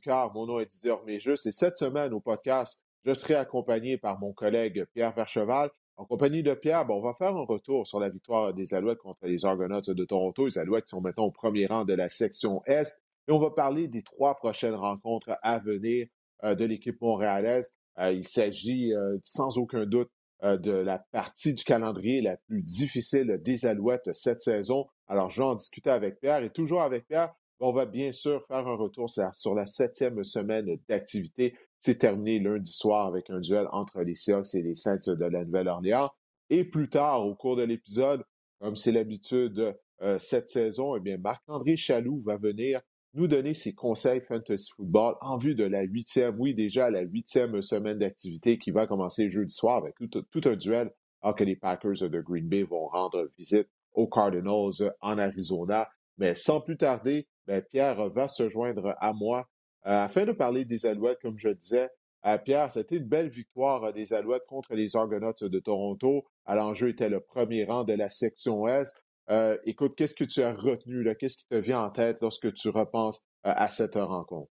Ricard, mon nom est Didier Orméjus et cette semaine au podcast, je serai accompagné par mon collègue Pierre Vercheval. En compagnie de Pierre, on va faire un retour sur la victoire des Alouettes contre les Argonauts de Toronto. Les Alouettes qui sont maintenant au premier rang de la section Est. Et on va parler des 3 prochaines rencontres à venir de l'équipe montréalaise. Il s'agit sans aucun doute de la partie du calendrier la plus difficile des Alouettes cette saison. Alors, je vais en discuter avec Pierre et toujours avec Pierre, on va bien sûr faire un retour sur la 7e semaine d'activité. C'est terminé lundi soir avec un duel entre les Seahawks et les Saints de la Nouvelle-Orléans. Et plus tard, au cours de l'épisode, comme c'est l'habitude cette saison, eh bien, Marc-André Chaloux va venir nous donner ses conseils fantasy football en vue de la 8e, oui, déjà la 8e semaine d'activité qui va commencer jeudi soir avec tout un duel alors que les Packers de Green Bay vont rendre visite aux Cardinals en Arizona. Mais sans plus tarder, Pierre va se joindre à moi afin de parler des Alouettes, comme je disais. Pierre, c'était une belle victoire des Alouettes contre les Argonauts de Toronto. À l'enjeu était le premier rang de la section Est. Écoute, qu'est-ce que tu as retenu, là? Qu'est-ce qui te vient en tête lorsque tu repenses à cette rencontre?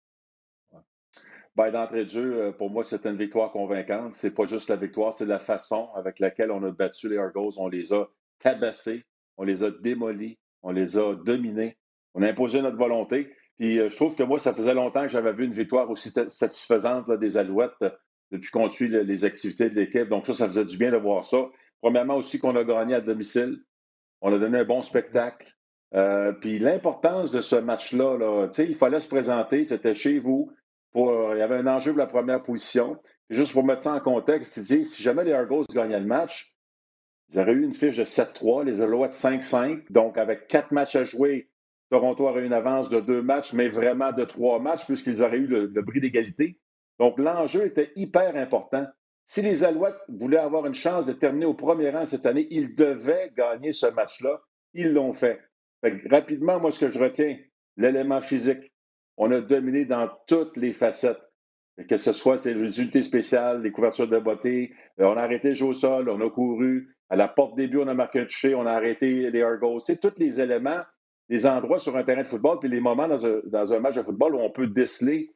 Ben, d'entrée de jeu, pour moi, c'est une victoire convaincante. C'est pas juste la victoire, c'est la façon avec laquelle on a battu les Argos. On les a tabassés, on les a démolis, on les a dominés. On a imposé notre volonté. Puis je trouve que moi, ça faisait longtemps que j'avais vu une victoire aussi satisfaisante là, des Alouettes depuis qu'on suit les activités de l'équipe. Donc ça faisait du bien de voir ça. Premièrement aussi qu'on a gagné à domicile. On a donné un bon spectacle. Puis l'importance de ce match-là, là, il fallait se présenter, c'était chez vous. Il y avait un enjeu pour la première position. Puis juste pour mettre ça en contexte, si jamais les Argos gagnaient le match, ils auraient eu une fiche de 7-3, les Alouettes 5-5. Donc, avec 4 matchs à jouer, Toronto aurait une avance de 2 matchs, mais vraiment de 3 matchs, puisqu'ils auraient eu le bris d'égalité. Donc, l'enjeu était hyper important. Si les Alouettes voulaient avoir une chance de terminer au premier rang cette année, ils devaient gagner ce match-là. Ils l'ont fait. Rapidement, moi, ce que je retiens, l'élément physique. On a dominé dans toutes les facettes. Que ce soit ces unités spéciales, les couvertures de beauté, on a arrêté le jeu au sol, on a couru. À la porte début, on a marqué un touché, on a arrêté les Argos. C'est tous les éléments, les endroits sur un terrain de football, puis les moments dans un match de football où on peut déceler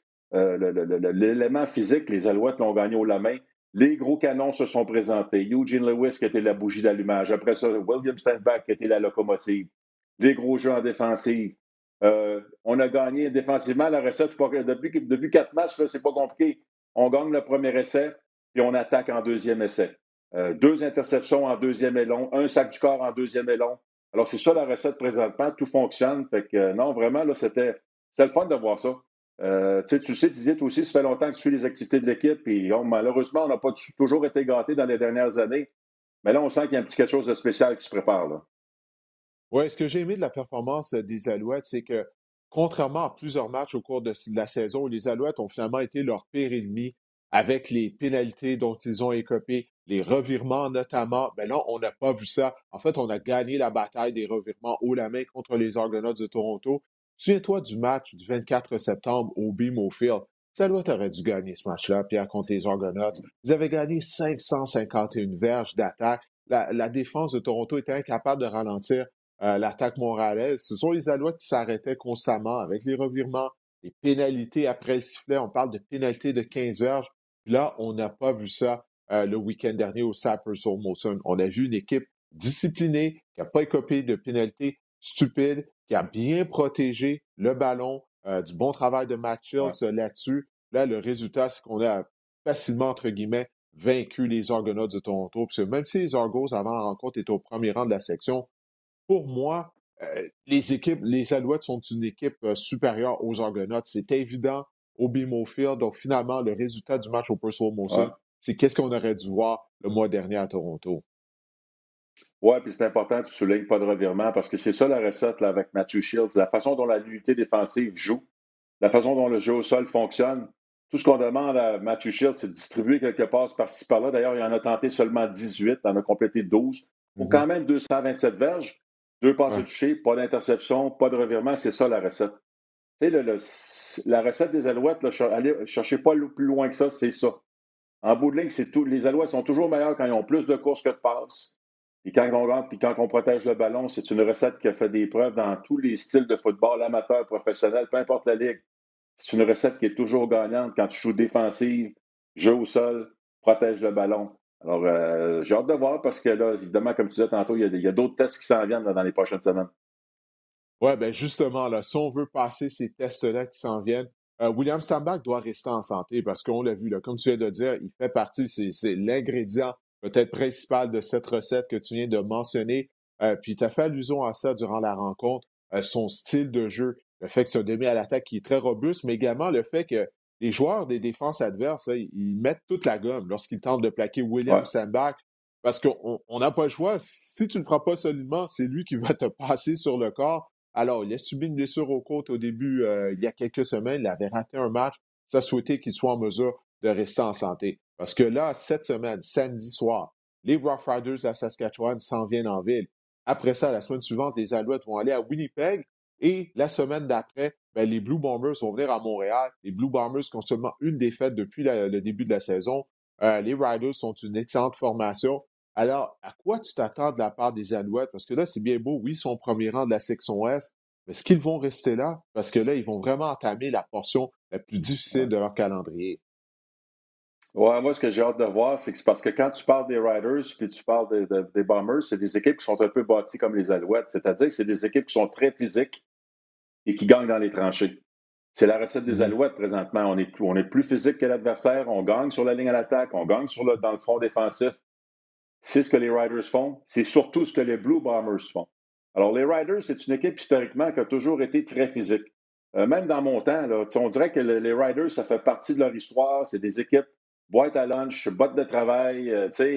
l'élément physique. Les Alouettes l'ont gagné au la main. Les gros canons se sont présentés. Eugene Lewis qui était la bougie d'allumage. Après ça, William Stanback qui était la locomotive. Les gros jeux en défensive. On a gagné défensivement. La recette, depuis 4 matchs, là, c'est pas compliqué. On gagne le premier essai, puis on attaque en deuxième essai. 2 interceptions en deuxième et long, un sac du corps en deuxième et long. Alors, c'est ça la recette présentement. Tout fonctionne. Fait que non, vraiment, là, c'était le fun de voir ça. Tu sais, Didier, toi aussi, ça fait longtemps que tu suis les activités de l'équipe. Puis malheureusement, on n'a pas toujours été gâtés dans les dernières années. Mais là, on sent qu'il y a un petit quelque chose de spécial qui se prépare. Là. Oui, ce que j'ai aimé de la performance des Alouettes, c'est que contrairement à plusieurs matchs au cours de la saison, les Alouettes ont finalement été leur pire ennemi avec les pénalités dont ils ont écopé, les revirements notamment. Mais non, on n'a pas vu ça. En fait, on a gagné la bataille des revirements haut la main contre les Argonauts de Toronto. Souviens-toi du match du 24 septembre au BMO Field. Les Alouettes auraient dû gagner ce match-là, Pierre, contre les Argonauts. Ils avaient gagné 551 verges d'attaque. La défense de Toronto était incapable de ralentir l'attaque montréalaise. Ce sont les Alouettes qui s'arrêtaient constamment avec les revirements, les pénalités après le sifflet. On parle de pénalités de 15 verges. Puis là, on n'a pas vu ça le week-end dernier au Sappers Molson. On a vu une équipe disciplinée, qui n'a pas écopé de pénalités stupides, qui a bien protégé le ballon, du bon travail de Matt Shields là-dessus. Là, le résultat, c'est qu'on a facilement, entre guillemets, vaincu les Argonauts de Toronto. Parce que même si les Argos, avant la rencontre, étaient au premier rang de la section, pour moi, les Alouettes sont une équipe supérieure aux Argonauts. C'est évident au BMO Field. Donc, finalement, le résultat du match au Percival Molson, c'est qu'est-ce qu'on aurait dû voir le mois dernier à Toronto. Oui, puis c'est important que tu soulignes pas de revirement parce que c'est ça la recette là, avec Matthew Shields. La façon dont l'unité défensive joue, la façon dont le jeu au sol fonctionne. Tout ce qu'on demande à Matthew Shields, c'est de distribuer quelques passes par-ci par-là. D'ailleurs, il en a tenté seulement 18, il en a complété 12. Pour quand même 227 verges, 2 passes de Ouais. toucher, pas d'interception, pas de revirement, c'est ça la recette. Tu sais, la recette des Alouettes, là, allez, cherchez pas plus loin que ça, c'est ça. En bout de ligne, c'est tout. Les Alouettes sont toujours meilleurs quand ils ont plus de courses que de passes. Et quand on rentre, puis quand on protège le ballon, c'est une recette qui a fait des preuves dans tous les styles de football, amateur, professionnel, peu importe la ligue. C'est une recette qui est toujours gagnante quand tu joues défensive, jeu au sol, protège le ballon. Alors, j'ai hâte de voir parce que là, évidemment, comme tu disais tantôt, il y a d'autres tests qui s'en viennent là, dans les prochaines semaines. Ouais, ben justement, là, si on veut passer ces tests-là qui s'en viennent, William Stanback doit rester en santé parce qu'on l'a vu, là, comme tu viens de dire, il fait partie, c'est l'ingrédient peut-être principal de cette recette que tu viens de mentionner. Puis tu as fait allusion à ça durant la rencontre, son style de jeu, le fait que c'est un demi à l'attaque qui est très robuste, mais également le fait que les joueurs des défenses adverses, là, ils mettent toute la gomme lorsqu'ils tentent de plaquer William Ouais. Stanback parce qu'on n'a pas le choix. Si tu ne le feras pas solidement, c'est lui qui va te passer sur le corps. Alors, il a subi une blessure aux côtes au début, il y a quelques semaines. Il avait raté un match. Ça souhaitait qu'il soit en mesure de rester en santé. Parce que là, cette semaine, samedi soir, les Rough Riders à Saskatchewan s'en viennent en ville. Après ça, la semaine suivante, les Alouettes vont aller à Winnipeg. Et la semaine d'après, ben, les Blue Bombers vont venir à Montréal. Les Blue Bombers qui ont seulement une défaite depuis le début de la saison. Les Riders sont une excellente formation. Alors, à quoi tu t'attends de la part des Alouettes? Parce que là, c'est bien beau, oui, ils sont au premier rang de la section Ouest, mais est-ce qu'ils vont rester là? Parce que là, ils vont vraiment entamer la portion la plus difficile Ouais. de leur calendrier. Ouais, moi, ce que j'ai hâte de voir, c'est que c'est parce que quand tu parles des Riders puis tu parles des Bombers, c'est des équipes qui sont un peu bâties comme les Alouettes. C'est-à-dire que c'est des équipes qui sont très physiques et qui gagnent dans les tranchées. C'est la recette des Mhm. Alouettes présentement. On est plus physique que l'adversaire, on gagne sur la ligne à l'attaque, on gagne dans le front défensif. C'est ce que les Riders font. C'est surtout ce que les Blue Bombers font. Alors, les Riders, c'est une équipe historiquement qui a toujours été très physique. Même dans mon temps, là, on dirait que les Riders, ça fait partie de leur histoire. C'est des équipes boîte à lunch, botte de travail,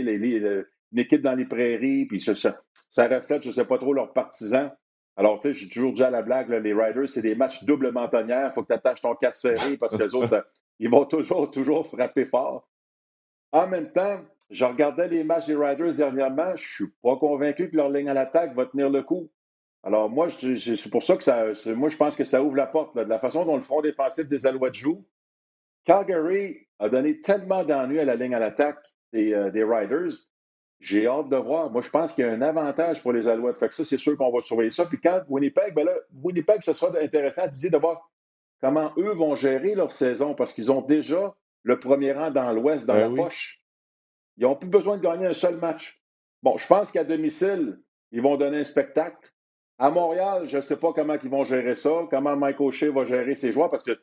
une équipe dans les prairies, puis ça reflète, je ne sais pas trop, leurs partisans. Alors, tu sais, j'ai toujours dit à la blague, là, les Riders, c'est des matchs double mentonnière. Il faut que tu attaches ton casse serré parce que les autres, ils vont toujours frapper fort. En même temps, je regardais les matchs des Riders dernièrement. Je suis pas convaincu que leur ligne à l'attaque va tenir le coup. Alors, moi, c'est pour ça que moi, je pense que ça ouvre la porte. Là, de la façon dont le front défensif des Alouettes joue, Calgary a donné tellement d'ennuis à la ligne à l'attaque des Riders. J'ai hâte de voir. Moi, je pense qu'il y a un avantage pour les Alouettes. Fait que ça, c'est sûr qu'on va surveiller ça. Puis quand Winnipeg, ben là, Winnipeg, ce sera intéressant d'essayer de voir comment eux vont gérer leur saison parce qu'ils ont déjà le premier rang dans l'Ouest dans Ben la oui. poche. Ils n'ont plus besoin de gagner un seul match. Bon, je pense qu'à domicile, ils vont donner un spectacle. À Montréal, je ne sais pas comment ils vont gérer ça, comment Mike O'Shea va gérer ses joueurs, parce que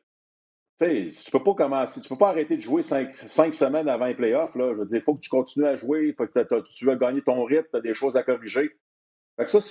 tu peux pas commencer, tu peux pas arrêter de jouer 5 semaines avant les playoffs. Là. Je veux dire, il faut que tu continues à jouer, faut que tu veux gagner ton rythme, tu as des choses à corriger. Fait que ça,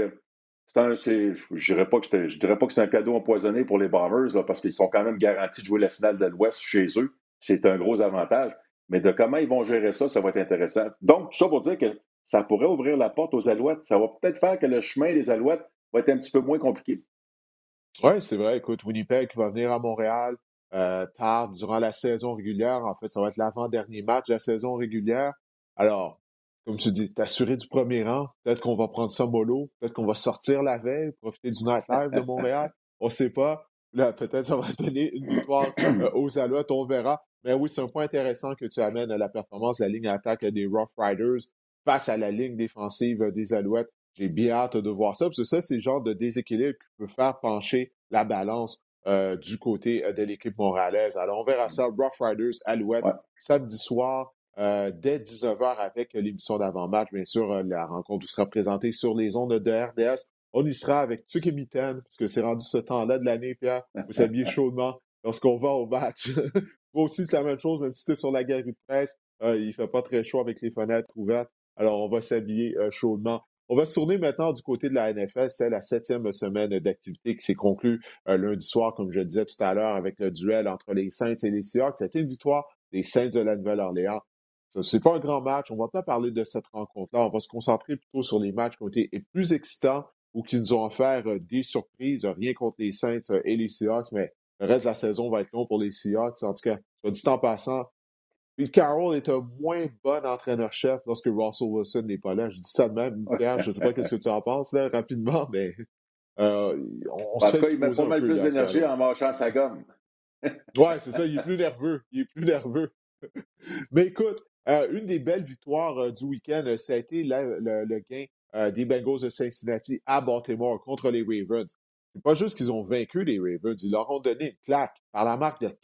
je dirais pas que c'est un cadeau empoisonné pour les Bombers, là, parce qu'ils sont quand même garantis de jouer la finale de l'Ouest chez eux. C'est un gros avantage. Mais de comment ils vont gérer ça, ça va être intéressant. Donc, tout ça pour dire que ça pourrait ouvrir la porte aux Alouettes. Ça va peut-être faire que le chemin des Alouettes va être un petit peu moins compliqué. Oui, c'est vrai. Écoute, Winnipeg va venir à Montréal tard durant la saison régulière. En fait, ça va être l'avant-dernier match de la saison régulière. Alors, comme tu dis, t'assurer du premier rang. Peut-être qu'on va prendre ça mollo. Peut-être qu'on va sortir la veille, profiter du nightlife de Montréal. On sait pas. Là, peut-être ça va donner une victoire aux Alouettes. On verra. Mais oui, c'est un point intéressant que tu amènes à la performance de la ligne attaque des Rough Riders face à la ligne défensive des Alouettes. J'ai bien hâte de voir ça, parce que ça, c'est le genre de déséquilibre qui peut faire pencher la balance du côté de l'équipe montréalaise. Alors, on verra ça. Rough Riders, Alouette, Ouais, samedi soir, dès 19h avec l'émission d'avant-match. Bien sûr, la rencontre sera présentée sur les ondes de RDS. On y sera avec Tuc et Mitaine, parce que c'est rendu ce temps-là de l'année, Pierre. Vous s'habillez chaudement lorsqu'on va au match. Moi aussi, c'est la même chose, même si c'est sur la galerie de presse. Il fait pas très chaud avec les fenêtres ouvertes. Alors, on va s'habiller chaudement. On va se tourner maintenant du côté de la NFL. C'est la 7e semaine d'activité qui s'est conclue lundi soir, comme je le disais tout à l'heure, avec le duel entre les Saints et les Seahawks. C'était une victoire des Saints de la Nouvelle-Orléans. C'est pas un grand match. On va pas parler de cette rencontre-là. On va se concentrer plutôt sur les matchs qui ont été plus excitants ou qui nous ont offert des surprises. Rien contre les Saints et les Seahawks, mais le reste de la saison va être long pour les Seahawks. En tout cas, soit dit en passant, Pete Carroll est un moins bon entraîneur-chef lorsque Russell Wilson n'est pas là. Je dis ça de même, Pierre. Je ne sais pas qu'est-ce que tu en penses là, rapidement, mais on en se tout fait cas, il met exposer pas un mal peu plus là, d'énergie Seattle. en mâchant sa gomme. Ouais, c'est ça, il est plus nerveux. Il est plus nerveux. Mais écoute, une des belles victoires du week-end, ça a été le gain des Bengals de Cincinnati à Baltimore contre les Ravens. c'est pas juste qu'ils ont vaincu les Ravens, ils leur ont donné une claque par la marque de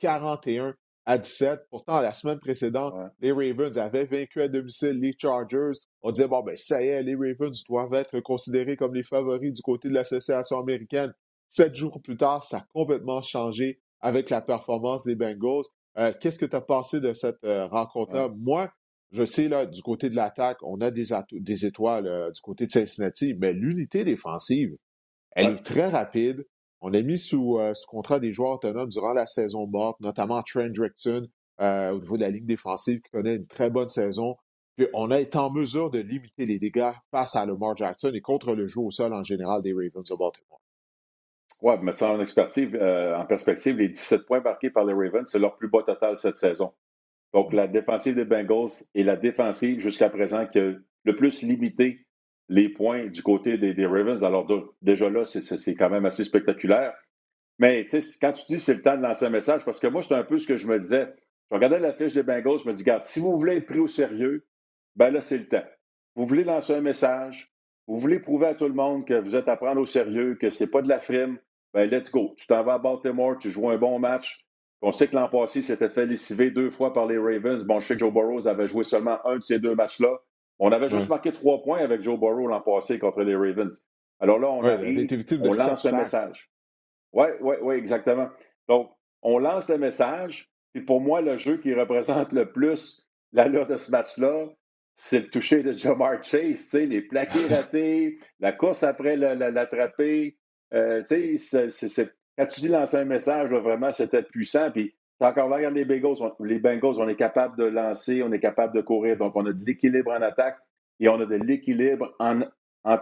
41-17. Pourtant, la semaine précédente, Ouais, les Ravens avaient vaincu à domicile les Chargers. On disait, bon, ben, ça y est, les Ravens doivent être considérés comme les favoris du côté de l'association américaine. 7 jours plus tard, ça a complètement changé avec la performance des Bengals. Qu'est-ce que tu as pensé de cette ouais, rencontre-là? Moi, je sais, là, du côté de l'attaque, on a des étoiles du côté de Cincinnati, mais l'unité défensive, elle ouais. est très rapide. On a mis sous contrat des joueurs autonomes durant la saison morte, notamment Trent Rickson au niveau de la ligne défensive qui connaît une très bonne saison. Puis on a été en mesure de limiter les dégâts face à Lamar Jackson et contre le jeu au sol en général des Ravens de Baltimore. Ouais, mettre ça en perspective, les 17 points marqués par les Ravens, c'est leur plus bas total cette saison. Donc, la défensive des Bengals est la défensive jusqu'à présent qui a le plus limité les points du côté des Ravens. Alors, déjà là, c'est quand même assez spectaculaire. Mais, tu sais, quand tu dis c'est le temps de lancer un message, parce que moi, c'est un peu ce que je me disais. Je regardais la fiche des Bengals, je me dis, regarde, si vous voulez être pris au sérieux, ben là, c'est le temps. Vous voulez lancer un message, vous voulez prouver à tout le monde que vous êtes à prendre au sérieux, que c'est pas de la frime, ben let's go. Tu t'en vas à Baltimore, tu joues un bon match. On sait que l'an passé, il s'était fait lessiver 2 fois par les Ravens. Bon, je sais que Joe Burrow avait joué seulement un de ces 2 matchs-là. On avait juste Ouais. marqué 3 points avec Joe Burrow l'an passé contre les Ravens. Alors là, on Ouais, il avait arrive, été victime de on 7 lance un sacs. message. Oui, oui, oui, exactement. Donc, on lance le message. Puis pour moi, le jeu qui représente le plus l'allure de ce match-là, c'est le toucher de Jamar Chase, tu sais, les plaqués ratés, la course après l'attraper. Tu sais, quand tu dis lancer un message, là, vraiment, c'était puissant. Puis, t'as encore là, regarde les Bengals, on est capable de lancer, on est capable de courir. Donc, on a de l'équilibre en attaque et on a de l'équilibre en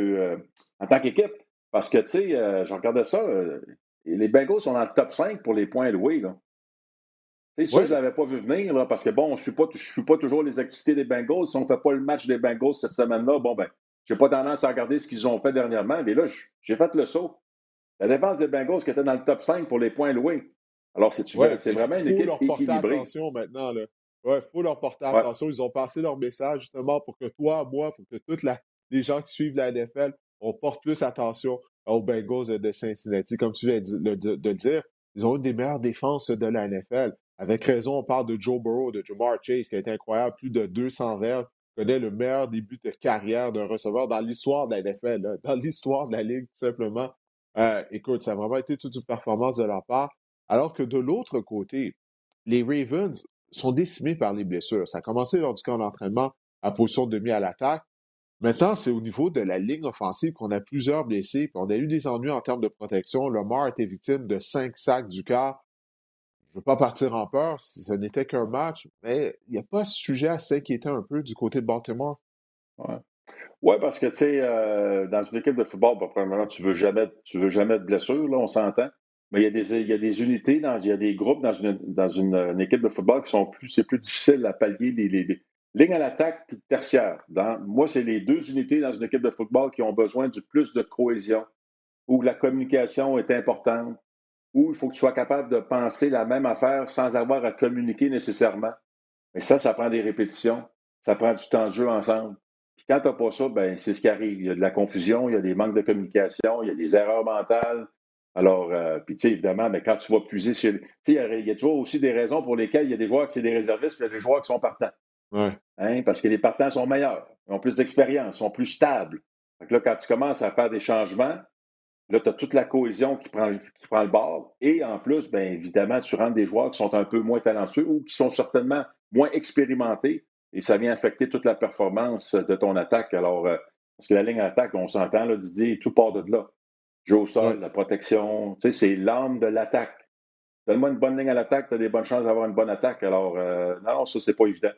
en tant qu'équipe. Parce que, tu sais, je regardais ça, les Bengals sont dans le top 5 pour les points loués, là. Tu sais, ça, je ne Oui, l'avais pas vu venir, là, parce que, bon, je suis pas toujours les activités des Bengals. Si on ne fait pas le match des Bengals cette semaine-là, bon, ben, j'ai pas tendance à regarder ce qu'ils ont fait dernièrement. Mais là, j'ai fait le saut. La défense des Bengals qui était dans le top 5 pour les points loués. Alors, ouais, c'est puis il vraiment une faut équipe leur porter équilibrée. attention maintenant, là. Ouais, il faut leur porter Ouais, attention. Ils ont passé leur message justement pour que toi, moi, pour que les gens qui suivent la NFL, on porte plus attention aux Bengals de Cincinnati. Comme tu viens de le dire, ils ont une des meilleures défenses de la NFL. Avec raison, on parle de Joe Burrow, de Jamar Chase, qui a été incroyable, plus de 200 verges, connaît le meilleur début de carrière d'un receveur dans l'histoire de la NFL, là, dans l'histoire de la Ligue, tout simplement. Écoute, ça a vraiment été toute une performance de leur part. Alors que de l'autre côté, les Ravens sont décimés par les blessures. Ça a commencé lors du camp d'entraînement à position de demi à l'attaque. Maintenant, c'est au niveau de la ligne offensive qu'on a plusieurs blessés, puis on a eu des ennuis en termes de protection. Lamar a été victime de 5 sacs du quart. Je ne veux pas partir en peur si ce n'était qu'un match, mais il n'y a pas ce sujet à s'inquiéter un peu du côté de Baltimore. ouais. Ouais, parce que, tu sais, dans une équipe de football, bon, premièrement, tu veux jamais de blessure, là, on s'entend. Mais il y a des unités, il y a des groupes dans une équipe de football qui sont c'est plus difficile à pallier les lignes à l'attaque puis tertiaire. Moi, c'est les deux unités dans une équipe de football qui ont besoin du plus de cohésion, où la communication est importante, où il faut que tu sois capable de penser la même affaire sans avoir à communiquer nécessairement. Mais ça prend des répétitions, ça prend du temps de jeu ensemble. Puis quand tu n'as pas ça, ben, c'est ce qui arrive. Il y a de la confusion, il y a des manques de communication, il y a des erreurs mentales. Alors, puis tu sais, évidemment, mais quand tu vas puiser chez. Tu sais, il y a toujours aussi des raisons pour lesquelles il y a des joueurs qui sont des réservistes, puis il y a des joueurs qui sont partants. Ouais. Hein, parce que les partants sont meilleurs, ils ont plus d'expérience, sont plus stables. Fait que là, quand tu commences à faire des changements, là, tu as toute la cohésion qui prend le bord. Et en plus, bien évidemment, tu rentres des joueurs qui sont un peu moins talentueux ou qui sont certainement moins expérimentés. Et ça vient affecter toute la performance de ton attaque. Alors, parce que la ligne attaque, on s'entend, là, Didier, tout part de là. Jeu au sol, Ouais. la protection, tu sais, c'est l'âme de l'attaque. Donne-moi une bonne ligne à l'attaque, tu as des bonnes chances d'avoir une bonne attaque. Alors, non, non, ça, c'est pas évident.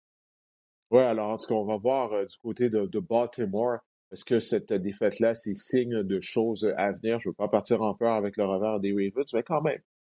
Ouais, alors en tout cas, on va voir du côté de Baltimore. Est-ce que cette défaite-là, c'est signe de choses à venir? Je ne veux pas partir en peur avec le revers des Ravens, mais quand même,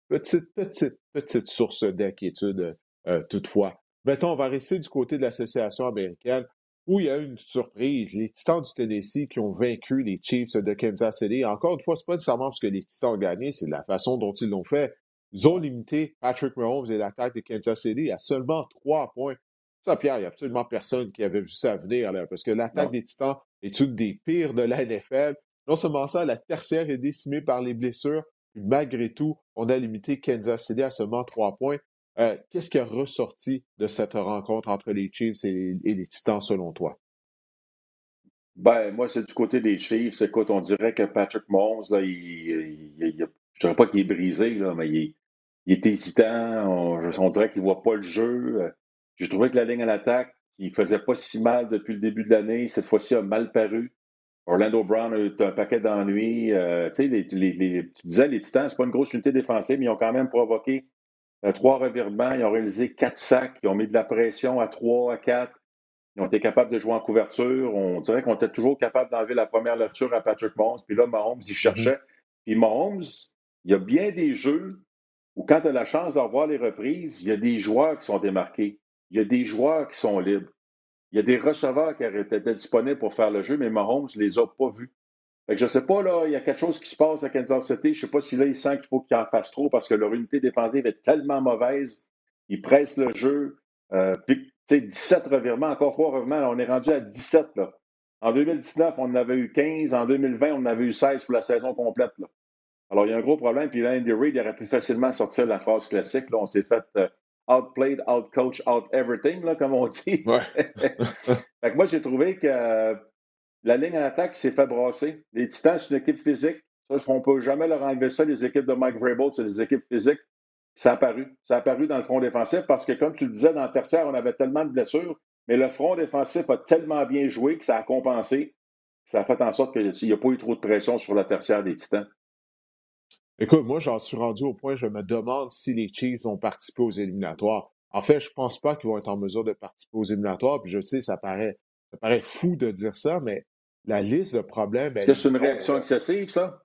petite source d'inquiétude toutefois. Mettons, on va rester du côté de l'association américaine où il y a eu une surprise. Les Titans du Tennessee qui ont vaincu les Chiefs de Kansas City. Encore une fois, c'est pas nécessairement parce que les Titans ont gagné, c'est de la façon dont ils l'ont fait. Ils ont Ouais, limité Patrick Mahomes et l'attaque de Kansas City à seulement 3 points. Ça, Pierre, il n'y a absolument personne qui avait vu ça venir, là, parce que l'attaque non. des Titans est une des pires de la NFL. non seulement ça, la tertiaire est décimée par les blessures. Puis malgré tout, on a limité Kansas City à seulement 3 points. Qu'est-ce qui a ressorti de cette rencontre entre les Chiefs et les Titans selon toi? Ben, moi, c'est du côté des Chiefs. Écoute, on dirait que Patrick Mahomes, là, je dirais pas qu'il est brisé, là, mais il est hésitant. On dirait qu'il voit pas le jeu. J'ai trouvé que la ligne à l'attaque, qui faisait pas si mal depuis le début de l'année, cette fois-ci a mal paru. Orlando Brown a eu un paquet d'ennuis. Tu sais, tu disais, les Titans, c'est pas une grosse unité défensive, mais ils ont quand même provoqué 3 revirements. Ils ont réalisé 4 sacs. Ils ont mis de la pression à 3, à 4. Ils ont été capables de jouer en couverture. On dirait qu'on était toujours capable d'enlever la première lecture à Patrick Mahomes. Puis là, Mahomes, il Mhm, cherchait. Puis Mahomes, il y a bien des jeux où, quand tu as la chance de revoir les reprises, il y a des joueurs qui sont démarqués. Il y a des joueurs qui sont libres. Il y a des receveurs qui étaient disponibles pour faire le jeu, mais Mahomes ne les a pas vus. Fait que je ne sais pas, là, il y a quelque chose qui se passe à Kansas City. Je ne sais pas si là, il sent qu'il faut qu'il en fasse trop parce que leur unité défensive est tellement mauvaise. Ils pressent le jeu. Puis, tu sais, 17 revirements, encore 3 revirements. Là, on est rendu à 17. Là. En 2019, on en avait eu 15. En 2020, on en avait eu 16 pour la saison complète. Là. Alors, il y a un gros problème. Puis là, Andy Reid, il aurait pu facilement sortir la phrase classique. Là, on s'est fait outplayed, outcoach, out everything, là, comme on dit. ouais. Fait que moi, j'ai trouvé que la ligne à l'attaque s'est fait brasser. Les Titans, c'est une équipe physique. Ça, on ne peut jamais leur enlever ça. Les équipes de Mike Vrabel, c'est des équipes physiques. Ça a apparu. Ça a apparu dans le front défensif parce que, comme tu le disais, dans le tertiaire, on avait tellement de blessures, mais le front défensif a tellement bien joué que ça a compensé. Ça a fait en sorte qu'il n'y a pas eu trop de pression sur la tertiaire des Titans. Écoute, moi, j'en suis rendu au point, je me demande si les Chiefs vont participer aux éliminatoires. En fait, je pense pas qu'ils vont être en mesure de participer aux éliminatoires. Puis je sais, ça paraît fou de dire ça, mais la liste de problèmes, Est-ce elle que est c'est une longue, réaction là. excessive, ça?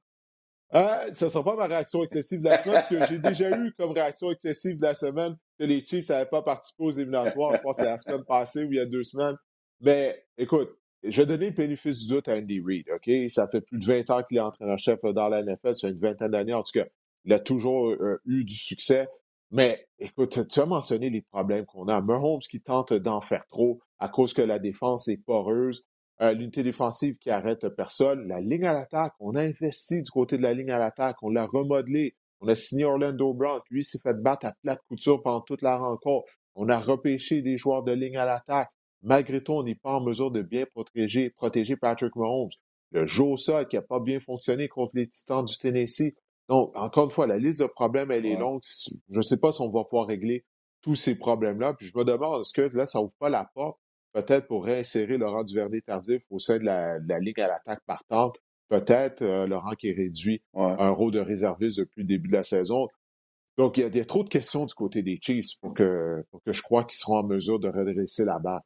Ça ne sera pas ma réaction excessive de la semaine, parce que j'ai déjà eu comme réaction excessive de la semaine que les Chiefs n'avaient pas participé aux éliminatoires. Je pense que c'est la semaine passée ou il y a 2 semaines. Mais écoute, je vais donner le bénéfice du doute à Andy Reid, OK? Ça fait plus de 20 ans qu'il est entraîneur-chef dans la NFL, ça fait une vingtaine d'années. En tout cas, il a toujours eu du succès. Mais écoute, tu as mentionné les problèmes qu'on a. Mahomes qui tente d'en faire trop à cause que la défense est poreuse. L'unité défensive qui arrête personne. La ligne à l'attaque, on a investi du côté de la ligne à l'attaque, on l'a remodelé. On a signé Orlando Brown, lui s'est fait battre à plate couture pendant toute la rencontre. On a repêché des joueurs de ligne à l'attaque. Malgré tout, on n'est pas en mesure de bien protéger Patrick Mahomes. Le jeu au sol qui n'a pas bien fonctionné contre les Titans du Tennessee. Donc, encore une fois, la liste de problèmes, elle est Ouais. longue. Je ne sais pas si on va pouvoir régler tous ces problèmes-là. Puis je me demande, est-ce que là, ça ouvre pas la porte peut-être pour réinsérer Laurent Duvernay-Tardif au sein de la Ligue à l'attaque partante. Peut-être Laurent qui est réduit Ouais. à un rôle de réserviste depuis le début de la saison. Donc, il y a trop de questions du côté des Chiefs pour que je croie qu'ils seront en mesure de redresser la barre.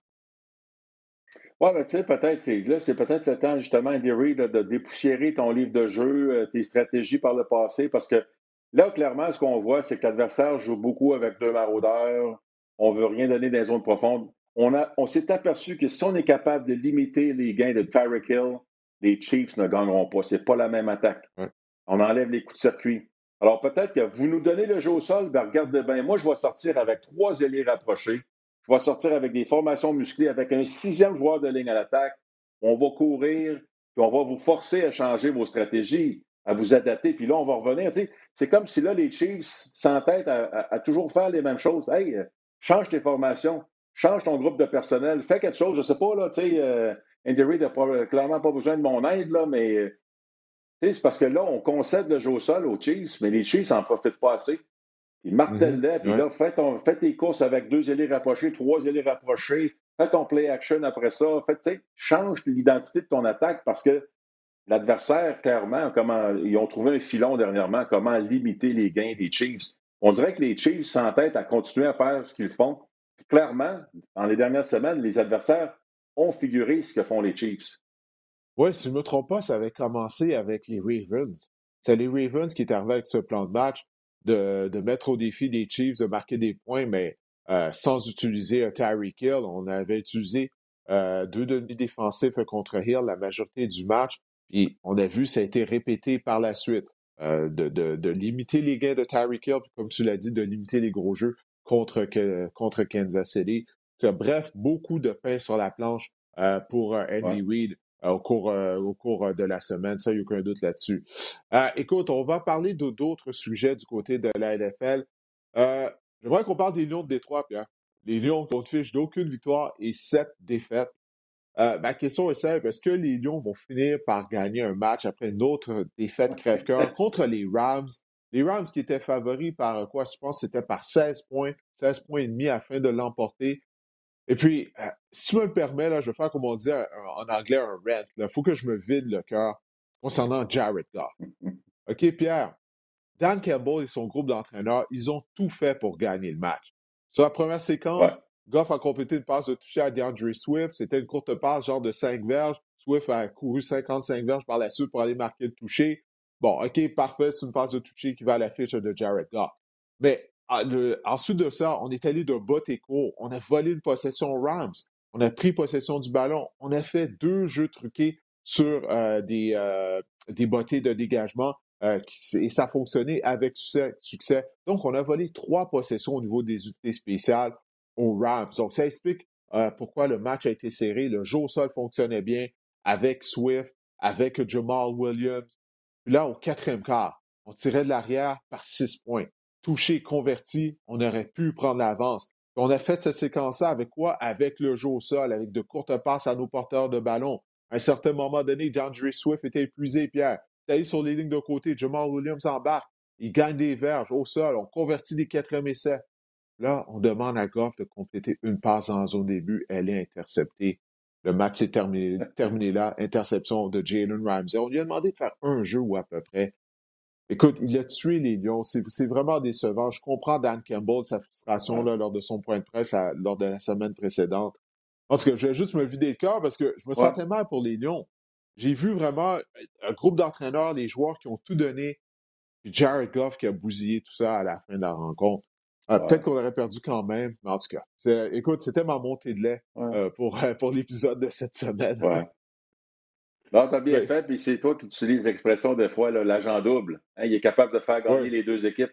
Oui, mais tu sais, peut-être, là, c'est peut-être le temps, justement, Andy Reid, là, de dépoussiérer ton livre de jeu, tes stratégies par le passé, parce que là, clairement, ce qu'on voit, c'est que l'adversaire joue beaucoup avec 2 maraudeurs. On ne veut rien donner dans les zones profondes. On s'est aperçu que si on est capable de limiter les gains de Tyreek Hill, les Chiefs ne gagneront pas. Ce n'est pas la même attaque. Ouais. On enlève les coups de circuit. Alors, peut-être que vous nous donnez le jeu au sol, ben regardez bien, moi, je vais sortir avec 3 ailiers rapprochés. Je vais sortir avec des formations musclées, avec un 6e joueur de ligne à l'attaque. On va courir, puis on va vous forcer à changer vos stratégies, à vous adapter. Puis là, on va revenir. Tu sais, c'est comme si là, les Chiefs s'entêtent à toujours faire les mêmes choses. Hey, change tes formations, change ton groupe de personnel, fais quelque chose. Je ne sais pas, là, tu sais, Andy Reid n'a clairement pas besoin de mon aide, là, mais c'est parce que là, on concède le jeu au sol aux Chiefs, mais les Chiefs n'en profitent pas assez. Puis Mhm. martèle-le, puis Ouais. là, fais tes courses avec 2 ailiers rapprochés, 3 ailiers rapprochés, fais ton play action après ça, change l'identité de ton attaque parce que l'adversaire, clairement, ils ont trouvé un filon dernièrement, comment limiter les gains des Chiefs. On dirait que les Chiefs s'entêtent à continuer à faire ce qu'ils font. Puis clairement, dans les dernières semaines, les adversaires ont figuré ce que font les Chiefs. Oui, si je ne me trompe pas, ça avait commencé avec les Ravens. C'est les Ravens qui est arrivé avec ce plan de match de mettre au défi les Chiefs de marquer des points, mais sans utiliser Tyreek Hill. On avait utilisé 2 demi-défensifs contre Hill la majorité du match. Et on a vu, ça a été répété par la suite, de limiter les gains de Tyreek Hill, puis comme tu l'as dit, de limiter les gros jeux contre Kansas City. Bref, beaucoup de pain sur la planche pour Ouais. Andy Reid au cours de la semaine. Ça, il n'y a aucun doute là-dessus. Écoute, on va parler d'autres sujets du côté de la NFL. J'aimerais qu'on parle des Lions de Détroit, Pierre. Les Lions qui ont une fiche d'aucune victoire et 7 défaites. Ma question est simple. Est-ce que les Lions vont finir par gagner un match après une autre défaite crève-cœur contre les Rams? Les Rams qui étaient favoris par quoi? Je pense que c'était par 16 points, 16 points et demi afin de l'emporter. Et puis, si tu me le permets, là, je vais faire, comme on dit en anglais, un rant. Il faut que je me vide le cœur concernant Jared Goff. OK, Pierre, Dan Campbell et son groupe d'entraîneurs, ils ont tout fait pour gagner le match. Sur la première Ouais, séquence, Goff a complété une passe de toucher à DeAndre Swift. C'était une courte passe, genre de 5 verges. Swift a couru 55 verges par la suite pour aller marquer le toucher. Bon, OK, parfait, c'est une passe de toucher qui va à la fiche de Jared Goff. Mais ensuite de ça, on est allé de bas et court. On a volé une possession aux Rams. On a pris possession du ballon. On a fait 2 jeux truqués sur des bottées de dégagement. Et ça a fonctionné avec succès. Donc, on a volé 3 possessions au niveau des unités spéciales aux Rams. Donc, ça explique pourquoi le match a été serré. Le jeu au sol fonctionnait bien avec Swift, avec Jamal Williams. Puis là, au quatrième quart, on tirait de l'arrière par 6 points. Touché, converti, on aurait pu prendre l'avance. On a fait cette séquence-là avec quoi? Avec le jeu au sol, avec de courtes passes à nos porteurs de ballon. À un certain moment donné, DeAndre Swift était épuisé, Pierre. D'aller sur les lignes de côté, Jamal Williams embarque. Il gagne des verges au sol. On convertit des quatrièmes essais. Là, on demande à Goff de compléter une passe en zone début. Elle est interceptée. Le match est terminé là. Interception de Jalen Ramsey. On lui a demandé de faire un jeu ou à peu près. Écoute, il a tué les Lions. C'est vraiment décevant. Je comprends Dan Campbell, sa frustration ouais, là, lors de son point de presse lors de la semaine précédente. En tout cas, je vais juste me vider le cœur parce que je me ouais, sentais mal pour les Lions. J'ai vu vraiment un groupe d'entraîneurs, des joueurs qui ont tout donné, puis Jared Goff qui a bousillé tout ça à la fin de la rencontre. Peut-être ouais, qu'on aurait perdu quand même, mais en tout cas, écoute, c'était ma montée de lait ouais, pour l'épisode de cette semaine. ouais. Non, t'as bien Oui, fait, puis c'est toi qui utilises l'expression des fois, là, l'agent double. Hein, il est capable de faire gagner oui. les deux équipes.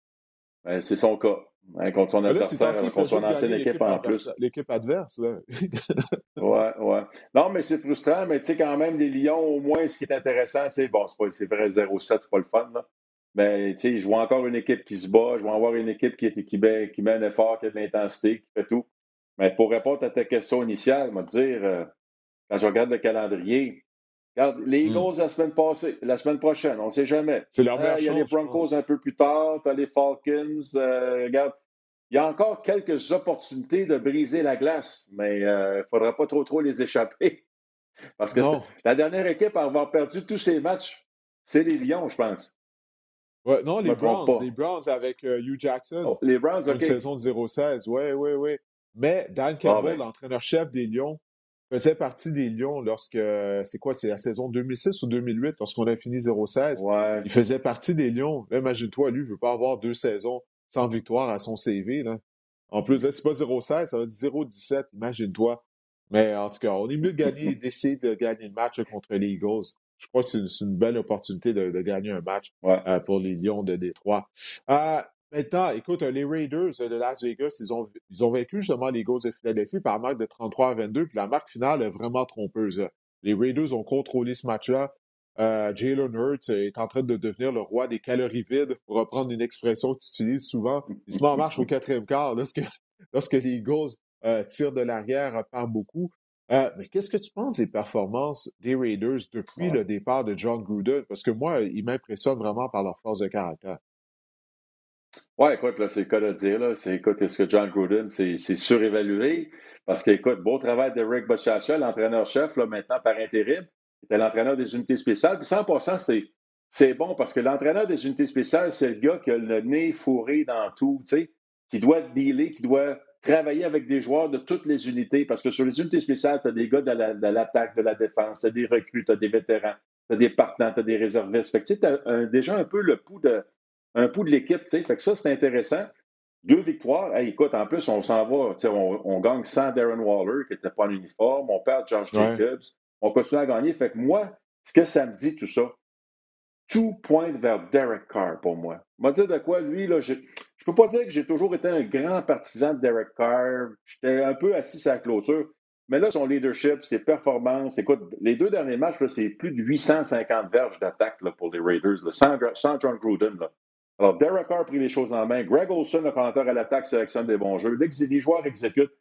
C'est son cas. Hein, contre son Mais là, ces temps-ci, adversaire, il fait contre son juste ancienne gagner équipe en plus. l'équipe adverse. Là. Ouais, ouais. Non, mais c'est frustrant, mais tu sais, quand même, les Lions, au moins, ce qui est intéressant, tu sais, bon, c'est vrai, 0-7, c'est pas le fun, là. Mais, tu sais, je vois encore une équipe qui se bat, je vois avoir une équipe qui met un effort, qui a de l'intensité, qui fait tout. Mais pour répondre à ta question initiale, moi, te dire, quand je regarde le calendrier, regarde, les Hmm. Eagles la semaine passée, la semaine prochaine, on ne sait jamais. C'est leur meilleure Il y a les chance, je pense. Broncos un peu plus tard, tu as les Falcons, regarde, il y a encore quelques opportunités de briser la glace, mais il ne faudra pas trop les échapper. Parce que Non. la dernière équipe à avoir perdu tous ses matchs, c'est les Lions, je pense. Ouais, non, Je ne me trompe Les pas. Browns avec Hugh Jackson Oh, les Browns, pour une OK. saison de 0-16. Oui, oui, oui. Mais Dan Ah Campbell, ben, l'entraîneur-chef des Lions, faisait partie des Lions lorsque, c'est quoi, c'est la saison 2006 ou 2008, lorsqu'on a fini 0-16. ouais. Il faisait partie des Lions. Là, imagine-toi, lui, il ne veut pas avoir 2 saisons sans victoire à son CV, là. En plus, là, c'est pas 0-16, ça va être 0-17, imagine-toi. Mais en tout cas, on est mieux de gagner, d'essayer de gagner le match contre les Eagles. Je crois que c'est une belle opportunité de gagner un match Ouais. pour les Lions de Détroit. Maintenant, écoute, les Raiders de Las Vegas, ils ont vaincu justement les Eagles de Philadelphie par marque de 33-22, puis la marque finale est vraiment trompeuse. Les Raiders ont contrôlé ce match-là. Jalen Hurts est en train de devenir le roi des calories vides, pour reprendre une expression que tu utilises souvent. Il se met en marche au quatrième quart lorsque les Eagles tirent de l'arrière par beaucoup. Mais qu'est-ce que tu penses des performances des Raiders depuis Ouais. le départ de John Gruden? Parce que moi, ils m'impressionnent vraiment par leur force de caractère. Ouais, écoute, là, c'est le cas de dire, là. Écoute, est-ce que John Gruden, c'est surévalué? Parce que, écoute, beau travail de Rick Bisaccia, l'entraîneur-chef, là, maintenant par intérim, qui était l'entraîneur des unités spéciales. Puis 100%, c'est bon parce que l'entraîneur des unités spéciales, c'est le gars qui a le nez fourré dans tout, tu sais, qui doit dealer, qui doit travailler avec des joueurs de toutes les unités. Parce que sur les unités spéciales, tu as des gars de l'attaque, de la défense, tu as des recrues, tu as des vétérans, tu as des partants, tu as des réservistes. Fait que, tu sais, tu as déjà un peu le pouls de l'équipe, tu sais. Fait que ça, c'est intéressant. 2 victoires. Hey, écoute, en plus, on s'en va. On gagne sans Darren Waller, qui n'était pas en uniforme. On perd Josh Ouais. Jacobs. On continue à gagner. Fait que moi, ce que ça me dit, tout ça, tout pointe vers Derek Carr pour moi. On va dire de quoi, lui, là, je ne peux pas dire que j'ai toujours été un grand partisan de Derek Carr. J'étais un peu assis sur la clôture. Mais là, son leadership, ses performances, écoute, les 2 derniers matchs, là, c'est plus de 850 verges d'attaque là, pour les Raiders, là, sans John Gruden. Là. Alors, Derek Carr a pris les choses en main. Greg Olson, le commentateur à l'attaque, sélectionne des bons jeux. Les joueurs exécutent.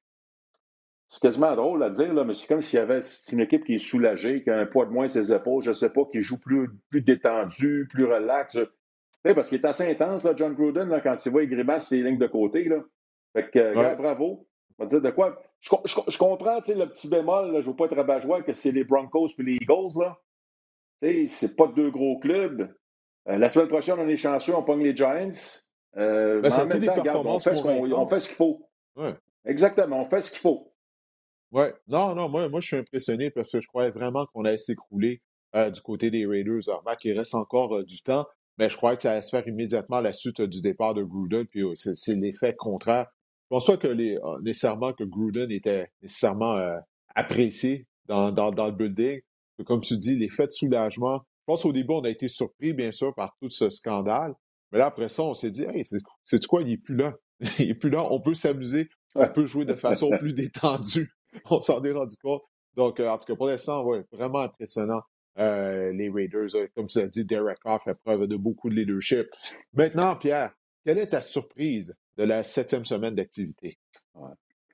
C'est quasiment drôle à dire, là, mais c'est comme s'il y avait une équipe qui est soulagée, qui a un poids de moins sur ses épaules, je ne sais pas, qui joue plus détendu, plus relax. Parce qu'il est assez intense, là, John Gruden, là, quand il voit, il grimace ses lignes de côté. Là. Fait que, Ouais. gars, bravo. On va dire de quoi. Je comprends le petit bémol, là, je ne veux pas être rabat-joie, que c'est les Broncos puis les Eagles. Là. C'est pas deux gros clubs. La semaine prochaine, on est chanceux, on pogne les Giants. Ben, Mais ça a en été même des temps, regarde, performances on convaincantes. fait ce qu'il faut. Ouais. Exactement, on fait ce qu'il faut. Ouais. Non, non, moi, je suis impressionné parce que je croyais vraiment qu'on allait s'écrouler du côté des Raiders. Alors, il reste encore du temps, mais je croyais que ça allait se faire immédiatement à la suite du départ de Gruden, puis c'est l'effet contraire. Je pense pas que nécessairement que Gruden était nécessairement apprécié dans le building. Comme tu dis, l'effet de soulagement. Je pense qu'au début, on a été surpris, bien sûr, par tout ce scandale. Mais là, après ça, on s'est dit, hey, c'est quoi, il est plus là. Il est plus là, on peut s'amuser, on peut jouer de façon plus détendue. On s'en est rendu compte. Donc, en tout cas, pour l'instant, ouais, vraiment impressionnant. Les Raiders, comme tu as dit, Derek Carr fait preuve de beaucoup de leadership. Maintenant, Pierre, quelle est ta surprise de la 7e semaine d'activité? Ouais.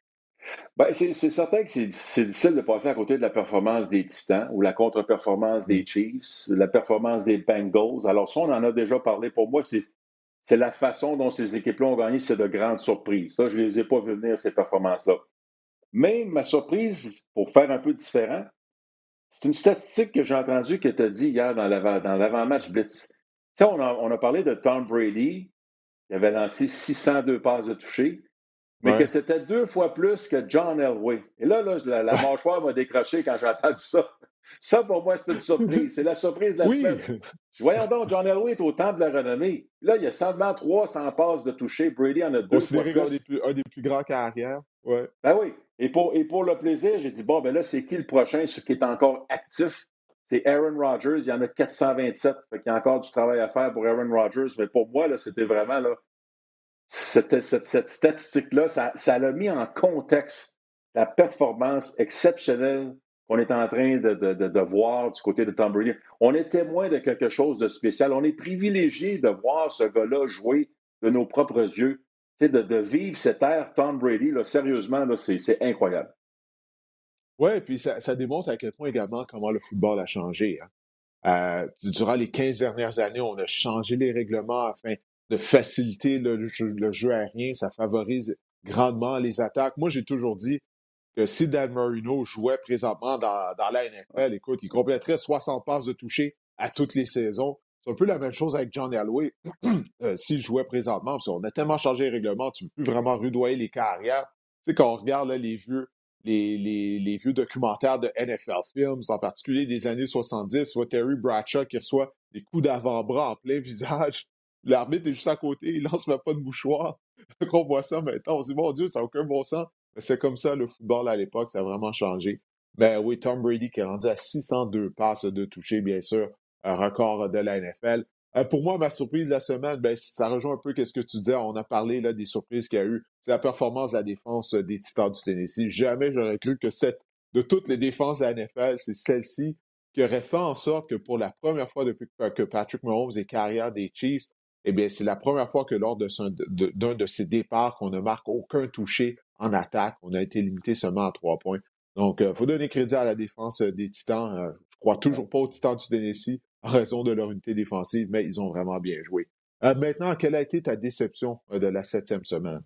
Ben, c'est certain que c'est difficile de passer à côté de la performance des Titans ou la contre-performance des Mm. Chiefs, la performance des Bengals. Alors, ça, on en a déjà parlé. Pour moi, c'est la façon dont ces équipes-là ont gagné, c'est de grandes surprises. Ça, je ne les ai pas vu venir, ces performances-là. Mais ma surprise, pour faire un peu différent, c'est une statistique que j'ai entendue que tu as dit hier dans l'avant-match Blitz. Tu sais, on a parlé de Tom Brady, il avait lancé 602 passes de toucher, mais que Ouais. c'était 2 fois plus que John Elway. Et là, la mâchoire m'a décroché quand j'ai entendu ça. Ça, pour moi, c'est une surprise. C'est la surprise de la Oui, semaine. Voyons donc, John Elway est au temple de la renommée. Là, il y a seulement 300 passes de toucher. Brady en a 2 fois considéré comme plus. un des plus grands carrières. Ouais. Ben oui. Et pour le plaisir, j'ai dit, bon, ben là, c'est qui le prochain, ce qui est encore actif? C'est Aaron Rodgers. Il y en a 427. Fait qu'il y a encore du travail à faire pour Aaron Rodgers. Mais pour moi, là, c'était vraiment là, cette statistique-là, ça l'a mis en contexte la performance exceptionnelle qu'on est en train de voir du côté de Tom Brady. On est témoin de quelque chose de spécial. On est privilégié de voir ce gars-là jouer de nos propres yeux. De vivre cette ère Tom Brady, là, sérieusement, là, c'est incroyable. Ouais, puis ça démontre à quel point également comment le football a changé. Hein. Durant les 15 dernières années, on a changé les règlements afin de faciliter le jeu aérien. Ça favorise grandement les attaques. Moi, j'ai toujours dit que si Dan Marino jouait présentement dans la NFL, écoute, il compléterait 60 passes de toucher à toutes les saisons. C'est un peu la même chose avec John Elway. S'il jouait présentement, parce qu'on a tellement changé les règlements, tu ne peux plus vraiment rudoyer les carrières. Tu sais, quand on regarde là, les vieux documentaires de NFL Films, en particulier des années 70, tu vois Terry Bradshaw qui reçoit des coups d'avant-bras en plein visage. L'arbitre est juste à côté, il lance même pas de mouchoir. Quand on voit ça maintenant, on se dit, mon Dieu, ça n'a aucun bon sens. Mais c'est comme ça, le football à l'époque, ça a vraiment changé. Mais oui, Tom Brady qui est rendu à 602 passes de toucher, bien sûr, un record de la NFL. Pour moi, ma surprise de la semaine, ben, ça rejoint un peu ce que tu disais. On a parlé là, des surprises qu'il y a eu. C'est la performance de la défense des Titans du Tennessee. Jamais j'aurais cru que de toutes les défenses de la NFL, c'est celle-ci qui aurait fait en sorte que pour la première fois depuis que Patrick Mahomes est carrière des Chiefs, eh bien, c'est la première fois que lors d'un de ces départs qu'on ne marque aucun touché en attaque. On a été limité seulement à 3 points. Donc, il faut donner crédit à la défense des Titans. Je crois toujours pas aux Titans du Tennessee en raison de leur unité défensive, mais ils ont vraiment bien joué. Maintenant, quelle a été ta déception de la 7e semaine?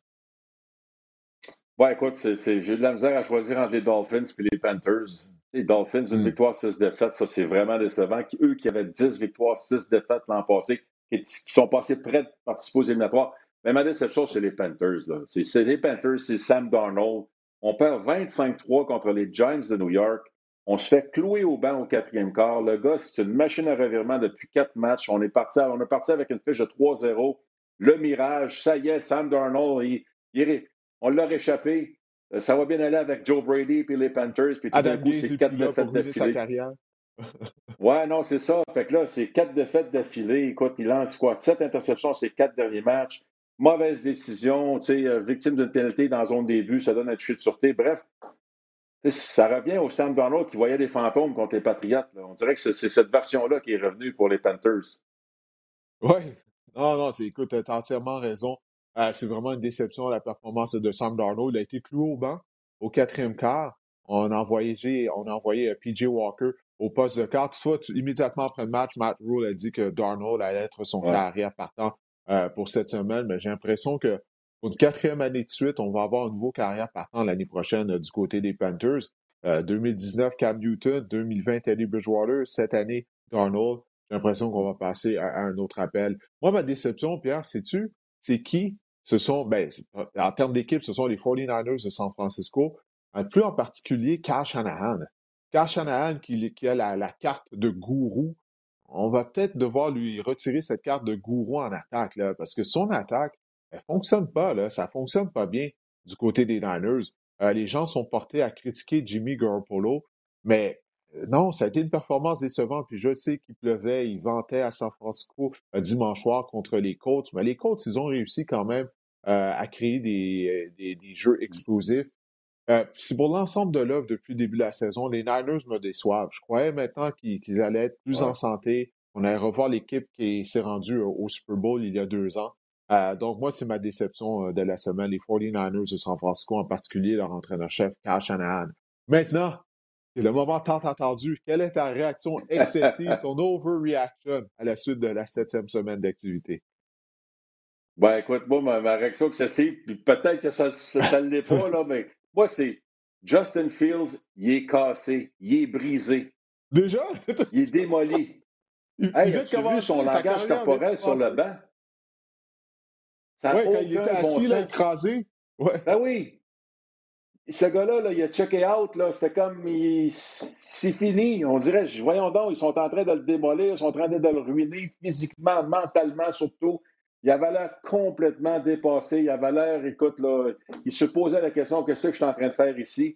Ouais, écoute, j'ai eu de la misère à choisir entre les Dolphins et les Panthers. Les Dolphins, une Hmm. victoire, 6 défaites, ça, c'est vraiment décevant. Eux qui avaient 10 victoires, 6 défaites l'an passé, qui sont passés près de participer aux éliminatoires. Mais ma déception, c'est les Panthers. Là. C'est les Panthers, c'est Sam Darnold. On perd 25-3 contre les Giants de New York. On se fait clouer au banc au 4e quart. Le gars, c'est une machine à revirement depuis 4 matchs. On est parti avec une fiche de 3-0. Le mirage, ça y est, Sam Darnold, on l'a réchappé. Ça va bien aller avec Joe Brady puis les Panthers, puis tout d'un Adam coup, Gase c'est n'est plus quatre là pour défaites ruiner sa d'affilée. carrière. Ouais, non, c'est ça. Fait que là, c'est 4 défaites d'affilée. Écoute, il lance quoi? 7 interceptions ces 4 derniers matchs. Mauvaise décision, tu sais, victime d'une pénalité dans la zone des buts, ça donne un toucher de sûreté. Bref, Ça revient au Sam Darnold qui voyait des fantômes contre les Patriotes. Là. On dirait que c'est cette version-là qui est revenue pour les Panthers. Oui. Non, non, écoute, tu as entièrement raison. C'est vraiment une déception la performance de Sam Darnold. Il a été cloué au banc au quatrième quart. On a envoyé P.J. Walker au poste de quart. Toutefois, immédiatement après le match, Matt Rhule a dit que Darnold allait être son Ouais. carrière partant pour cette semaine. Mais j'ai l'impression que pour une quatrième année de suite, on va avoir un nouveau carrière partant l'année prochaine du côté des Panthers. 2019, Cam Newton. 2020, Teddy Bridgewater. Cette année, Darnold. J'ai l'impression qu'on va passer à un autre appel. Moi, ma déception, Pierre, sais-tu, c'est qui? En termes d'équipe, ce sont les 49ers de San Francisco, plus en particulier Kyle Shanahan. Kyle Shanahan qui a la carte de gourou. On va peut-être devoir lui retirer cette carte de gourou en attaque, là, parce que son attaque, elle fonctionne pas, là. Ça fonctionne pas bien du côté des Niners. Les gens sont portés à critiquer Jimmy Garoppolo, mais non, ça a été une performance décevante. Puis je sais qu'il pleuvait, il ventait à San Francisco dimanche soir contre les Colts. Mais les Colts, ils ont réussi quand même à créer des jeux explosifs. C'est pour l'ensemble de l'œuvre depuis le début de la saison. Les Niners me déçoivent. Je croyais maintenant qu'ils allaient être plus en Ouais. santé. On allait revoir l'équipe qui s'est rendue au Super Bowl il y a 2 ans. Donc, moi, c'est ma déception de la semaine. Les 49ers de San Francisco, en particulier leur entraîneur-chef, Kyle Shanahan. Maintenant, c'est le moment tant attendu. Quelle est ta réaction excessive, ton overreaction à la suite de la 7e semaine d'activité? Ben, écoute, moi, ma réaction excessive, puis peut-être que ça ne l'est pas, là, mais moi, c'est Justin Fields, il est cassé, il est brisé, Déjà? il est démoli. Il Hey, vient de as-tu vu son commencer, sa langage carrière vient de corporel sur le commencer. banc? Ça n'a Ouais, quand il était aucun bon assis, là, sens. écrasé. Ouais. Ben oui, ce gars-là, là, il a checké out, là, c'était comme, c'est fini. On dirait, voyons donc, ils sont en train de le démolir, ils sont en train de le ruiner physiquement, mentalement surtout. Il avait l'air complètement dépassé. Il avait l'air, écoute, là, il se posait la question, qu'est-ce que je suis en train de faire ici?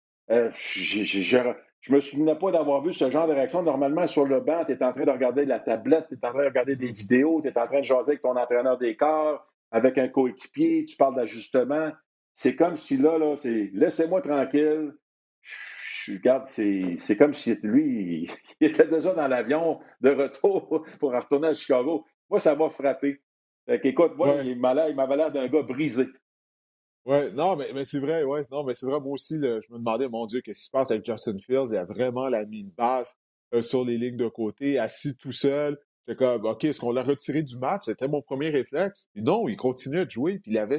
Je me souvenais pas d'avoir vu ce genre de réaction. Normalement, sur le banc, tu es en train de regarder la tablette, tu es en train de regarder des Mhm. vidéos, tu es en train de jaser avec ton entraîneur des corps, avec un coéquipier, tu parles d'ajustement. C'est comme si là, c'est laissez-moi tranquille. Regarde, c'est comme si lui, il était déjà dans l'avion de retour pour retourner à Chicago. Moi, ça m'a frappé. Fait qu'écoute, moi, Ouais. il m'avait l'air d'un gars brisé. Ouais, non, mais c'est vrai, ouais, non, mais c'est vrai, moi aussi, là, je me demandais, mon Dieu, qu'est-ce qui se passe avec Justin Fields? Il a vraiment la mis une base sur les lignes de côté, assis tout seul. J'étais comme, OK, est-ce qu'on l'a retiré du match? C'était mon premier réflexe. Puis non, il continuait de jouer, puis il avait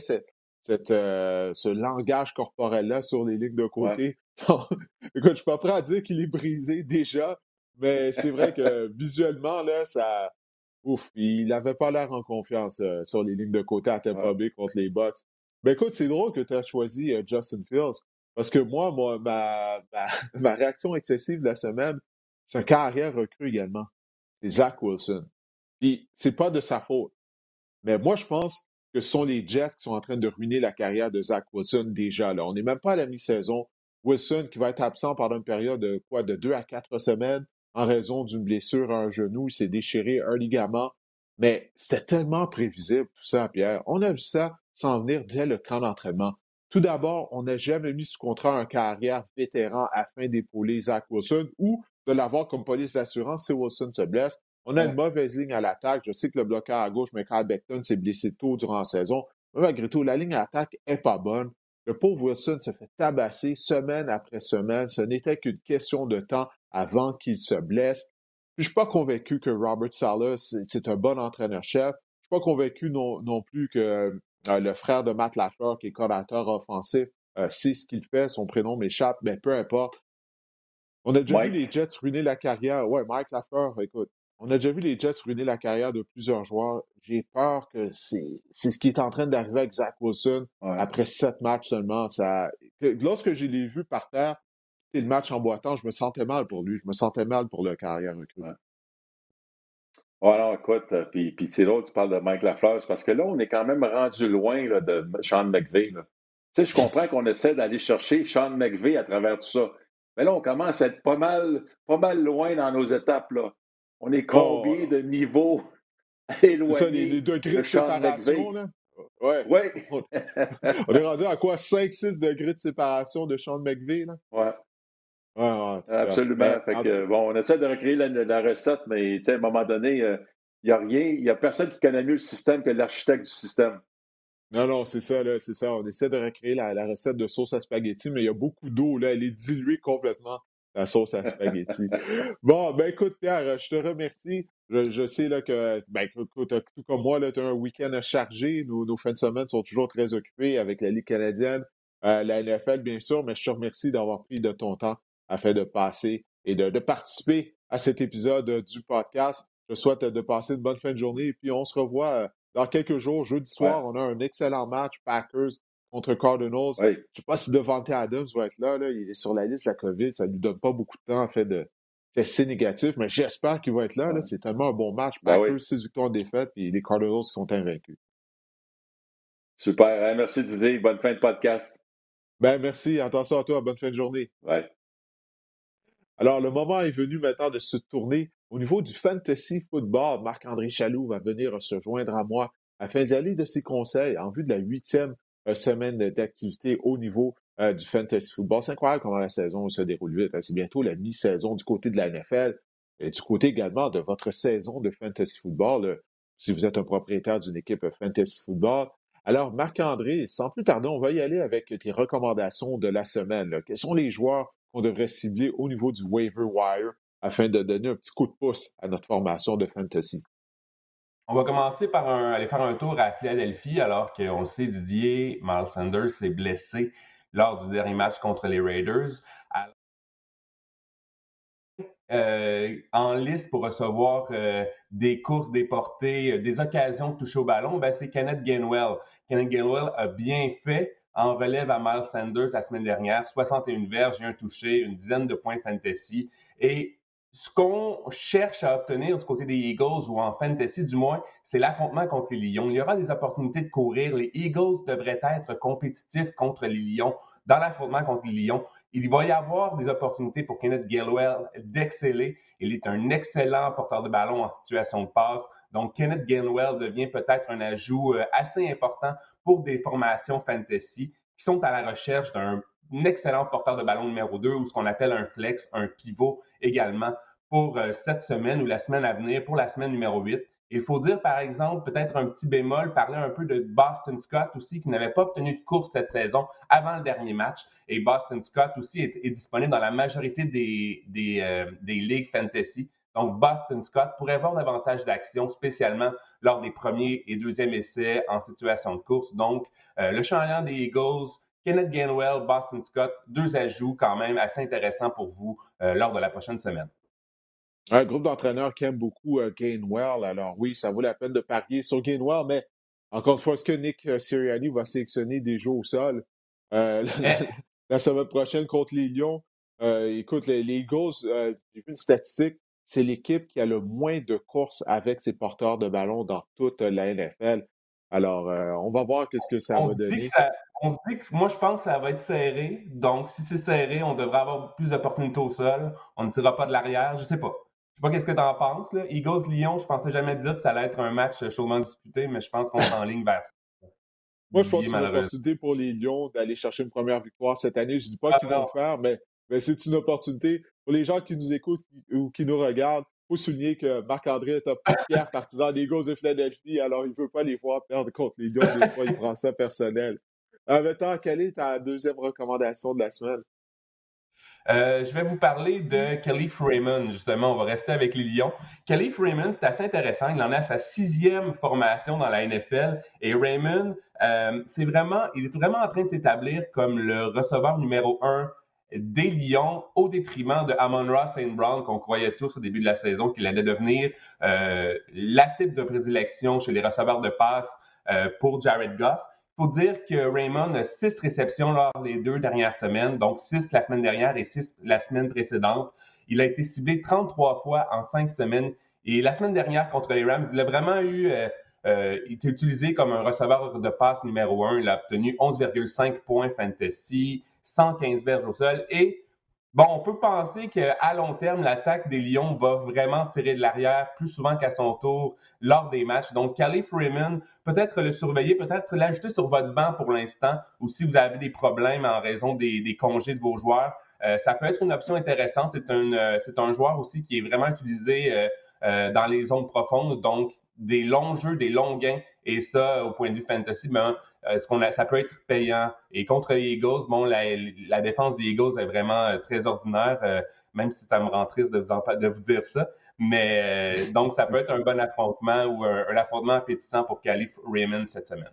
ce langage corporel-là sur les lignes de Ouais. côté. Donc, écoute, je suis pas prêt à dire qu'il est brisé déjà, mais c'est vrai que visuellement, là, ça. Ouf, il n'avait pas l'air en confiance sur les lignes de côté à Ouais. Tampa Bay contre les Bucks. Ben écoute, c'est drôle que tu as choisi Justin Fields parce que moi ma réaction excessive de la semaine, c'est un carrière recrue également. C'est Zach Wilson. Puis c'est pas de sa faute. Mais moi, je pense que ce sont les Jets qui sont en train de ruiner la carrière de Zach Wilson déjà. Là. On n'est même pas à la mi-saison. Wilson qui va être absent pendant une période de quoi, de 2 à 4 semaines en raison d'une blessure à un genou. Il s'est déchiré un ligament. Mais c'était tellement prévisible, tout ça, Pierre. On a vu ça s'en venir dès le camp d'entraînement. Tout d'abord, on n'a jamais mis sous contrat un carrière vétéran afin d'épauler Zach Wilson ou de l'avoir comme police d'assurance si Wilson se blesse. On a une Ouais. mauvaise ligne à l'attaque. Je sais que le bloqueur à gauche, Michael Becton, s'est blessé tôt durant la saison. Mais malgré tout, la ligne à l'attaque est pas bonne. Le pauvre Wilson se fait tabasser semaine après semaine. Ce n'était qu'une question de temps avant qu'il se blesse. Puis, je suis pas convaincu que Robert Saleh, c'est un bon entraîneur-chef. Je suis pas convaincu non plus que le frère de Matt Lafleur, qui est coordinateur offensif, sait ce qu'il fait. Son prénom m'échappe, mais peu importe. On a déjà vu les Mike, Jets ruiner la carrière. Ouais, Mike Lafleur, écoute, on a déjà vu les Jets ruiner la carrière de plusieurs joueurs. J'ai peur que c'est ce qui est en train d'arriver avec Zach Wilson ouais. après 7 matchs seulement. Lorsque je l'ai vu par terre, le match en boitant, je me sentais mal pour lui. Je me sentais mal pour le carrière recrue. Ouais. Ouais, non, écoute, puis c'est l'autre, tu parles de Mike Lafleur, c'est parce que là, on est quand même rendu loin là, de Sean McVay. Là. Tu sais, je comprends qu'on essaie d'aller chercher Sean McVay à travers tout ça. Mais là, on commence à être pas mal loin dans nos étapes. Là. On est Oh, combien de niveaux c'est ça, les éloignés degrés de de Sean séparation, McVay? là. Ouais. Oui. On, on est rendu à quoi? 5-6 degrés de séparation de Sean McVay, là? Ouais. Ouais, ouais, en tout cas. Absolument. Fait que, bon, on essaie de recréer la recette, mais à un moment donné, il n'y a rien, il n'y a personne qui connaît mieux le système que l'architecte du système. Non, non, c'est ça, là, c'est ça. On essaie de recréer la recette de sauce à spaghetti, mais il y a beaucoup d'eau, là. Elle est diluée complètement, la sauce à spaghetti. Bon, ben écoute, Pierre, je te remercie. Je sais là que, ben écoute, tout comme moi, tu as un week-end chargé. Nos fins de semaine sont toujours très occupés avec la Ligue canadienne, la NFL, bien sûr, mais je te remercie d'avoir pris de ton temps afin de passer et de participer à cet épisode du podcast. Je souhaite de passer une bonne fin de journée et puis on se revoit. Dans quelques jours, jeudi Ouais. soir, on a un excellent match, Packers contre Cardinals. Oui. Je ne sais pas si Devante Adams va être là, là. Il est sur la liste de la COVID. Ça ne lui donne pas beaucoup de temps, en fait, de tester négatif, mais j'espère qu'il va être là, là. Ouais. C'est tellement un bon match. Ben oui. Packers, 6 victoires, défaites, puis les Cardinals sont invaincus. Super. Hein, merci Didier. Bonne fin de podcast. Ben, merci. Attention à toi. Bonne fin de journée. Ouais. Alors, le moment est venu maintenant de se tourner au niveau du fantasy football. Marc-André Chaloux va venir se joindre à moi afin d'y aller de ses conseils en vue de la 8e semaine d'activité au niveau du fantasy football. C'est incroyable comment la saison se déroule vite, hein. C'est bientôt la mi-saison du côté de la NFL et du côté également de votre saison de fantasy football, si vous êtes un propriétaire d'une équipe fantasy football. Alors, Marc-André, sans plus tarder, on va y aller avec tes recommandations de la semaine, là. Quels sont les joueurs qu'on devrait cibler au niveau du waiver wire afin de donner un petit coup de pouce à notre formation de fantasy? On va commencer par aller faire un tour à Philadelphie, alors qu'on le sait, Didier, Miles Sanders s'est blessé lors du dernier match contre les Raiders. En liste pour recevoir des courses, des portées, des occasions de toucher au ballon, ben, c'est Kenneth Gainwell. Kenneth Gainwell a bien fait en relève à Miles Sanders la semaine dernière, 61 verges et un touché, une dizaine de points fantasy. Et ce qu'on cherche à obtenir du côté des Eagles, ou en fantasy du moins, c'est l'affrontement contre les Lions. Il y aura des opportunités de courir. Les Eagles devraient être compétitifs contre les Lions dans l'affrontement contre les Lions. Il va y avoir des opportunités pour Kenneth Gainwell d'exceller. Il est un excellent porteur de ballon en situation de passe. Donc, Kenneth Gainwell devient peut-être un ajout assez important pour des formations fantasy qui sont à la recherche d'un excellent porteur de ballon numéro 2 ou ce qu'on appelle un flex, un pivot également pour cette semaine ou la semaine à venir, pour la semaine numéro 8. Il faut dire, par exemple, peut-être un petit bémol, parler un peu de Boston Scott aussi, qui n'avait pas obtenu de course cette saison avant le dernier match. Et Boston Scott aussi est disponible dans la majorité des ligues fantasy. Donc, Boston Scott pourrait avoir davantage d'action, spécialement lors des premiers et deuxièmes essais en situation de course. Donc, le champion des Eagles, Kenneth Gainwell, Boston Scott, deux ajouts quand même assez intéressants pour vous lors de la prochaine semaine. Un groupe d'entraîneurs qui aime beaucoup Gainwell. Alors oui, ça vaut la peine de parier sur Gainwell, mais encore une fois, est-ce que Nick Sirianni va sélectionner des jeux au sol la semaine prochaine contre les Lions? Écoute, les Eagles, j'ai vu une statistique, c'est l'équipe qui a le moins de courses avec ses porteurs de ballon dans toute la NFL. Alors, on va voir qu'est-ce que ça va donner. On se dit que moi, je pense que ça va être serré. Donc, si c'est serré, on devrait avoir plus d'opportunités au sol. On ne tirera pas de l'arrière. Je sais pas. Je sais pas qu'est-ce que tu en penses, là. Eagles-Lyon, je pensais jamais dire que ça allait être un match chaudement disputé, mais je pense qu'on s'enligne vers ça. Moi, je pense que Didier, c'est une malheureusement. opportunité pour les Lions d'aller chercher une première victoire cette année. Je ne dis pas Ah, qu'ils vont non. le faire, mais c'est une opportunité. Pour les gens qui nous écoutent ou qui nous regardent, il faut souligner que Marc-André est un fier partisan des Eagles de Philadelphie, alors il ne veut pas les voir perdre contre les Lions des Trois. Il prend ça personnel. Maintenant, quelle est ta deuxième recommandation de la semaine? Je vais vous parler de Kelly Freeman, justement. On va rester avec les Lions. Kelly Freeman, c'est assez intéressant. Il en a sa 6e formation dans la NFL. Et Raymond, il est vraiment en train de s'établir comme le receveur numéro 1 des Lions au détriment de Amon-Ra St. Brown, qu'on croyait tous au début de la saison qu'il allait devenir la cible de prédilection chez les receveurs de passe pour Jared Goff. Il faut dire que Raymond a 6 réceptions lors des 2 dernières semaines, donc 6 la semaine dernière et 6 la semaine précédente. Il a été ciblé 33 fois en 5 semaines. Et la semaine dernière contre les Rams, il a vraiment il était utilisé comme un receveur de passe numéro 1. Il a obtenu 11,5 points fantasy, 115 verges au sol. Et Bon, on peut penser qu'à long terme, l'attaque des Lions va vraiment tirer de l'arrière plus souvent qu'à son tour lors des matchs. Donc, Calais Freeman, peut-être le surveiller, peut-être l'ajouter sur votre banc pour l'instant, ou si vous avez des problèmes en raison des congés de vos joueurs, ça peut être une option intéressante. C'est un joueur aussi qui est vraiment utilisé dans les zones profondes, donc des longs jeux, des longs gains. Et ça, au point de vue fantasy, ça peut être payant. Et contre les Eagles, bon, la défense des Eagles est vraiment très ordinaire, même si ça me rend triste de vous dire ça. Mais donc, ça peut être un bon affrontement ou un affrontement appétissant pour Calif Raymond cette semaine.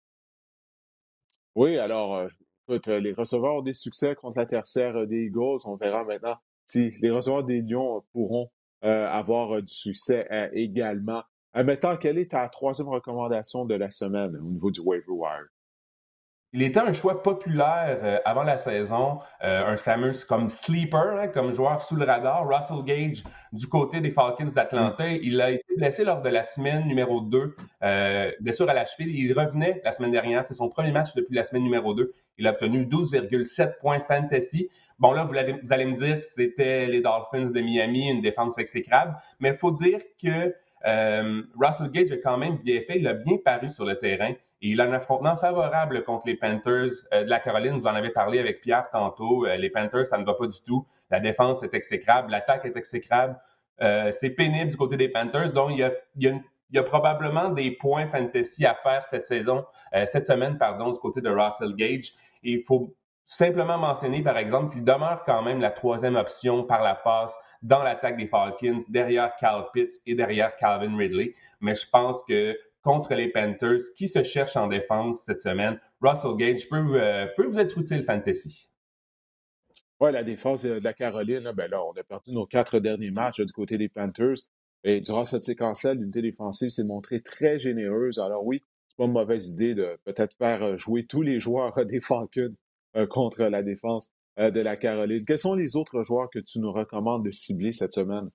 Oui, alors, écoute, les receveurs ont des succès contre la tertiaire des Eagles. On verra maintenant si les receveurs des Lions pourront avoir du succès également. Maintenant, quelle est ta troisième recommandation de la semaine au niveau du waiver wire? Il était un choix populaire avant la saison, un fameux comme sleeper, hein, comme joueur sous le radar, Russell Gage du côté des Falcons d'Atlanta. Il a été blessé lors de la semaine numéro 2, blessure à la cheville. Il revenait la semaine dernière, c'est son premier match depuis la semaine numéro 2. Il a obtenu 12,7 points fantasy. Bon, là, vous allez me dire que c'était les Dolphins de Miami, une défense exécrable, mais il faut dire que Russell Gage a quand même bien fait, il a bien paru sur le terrain. Et il a un affrontement favorable contre les Panthers de la Caroline. Vous en avez parlé avec Pierre tantôt. Les Panthers, ça ne va pas du tout. La défense est exécrable. L'attaque est exécrable. C'est pénible du côté des Panthers. Donc, il y a probablement des points fantasy à faire cette semaine, du côté de Russell Gage. Et il faut simplement mentionner, par exemple, qu'il demeure quand même la troisième option par la passe dans l'attaque des Falcons, derrière Kyle Pitts et derrière Calvin Ridley. Mais je pense que contre les Panthers, qui se cherchent en défense cette semaine, Russell Gage peut vous être utile fantasy. Oui, la défense de la Caroline, là, ben là, on a perdu nos 4 derniers matchs du côté des Panthers. Et durant cette séquence-là, l'unité défensive s'est montrée très généreuse. Alors oui, c'est pas une mauvaise idée de peut-être faire jouer tous les joueurs des Falcons contre la défense de la Caroline. Quels sont les autres joueurs que tu nous recommandes de cibler cette semaine?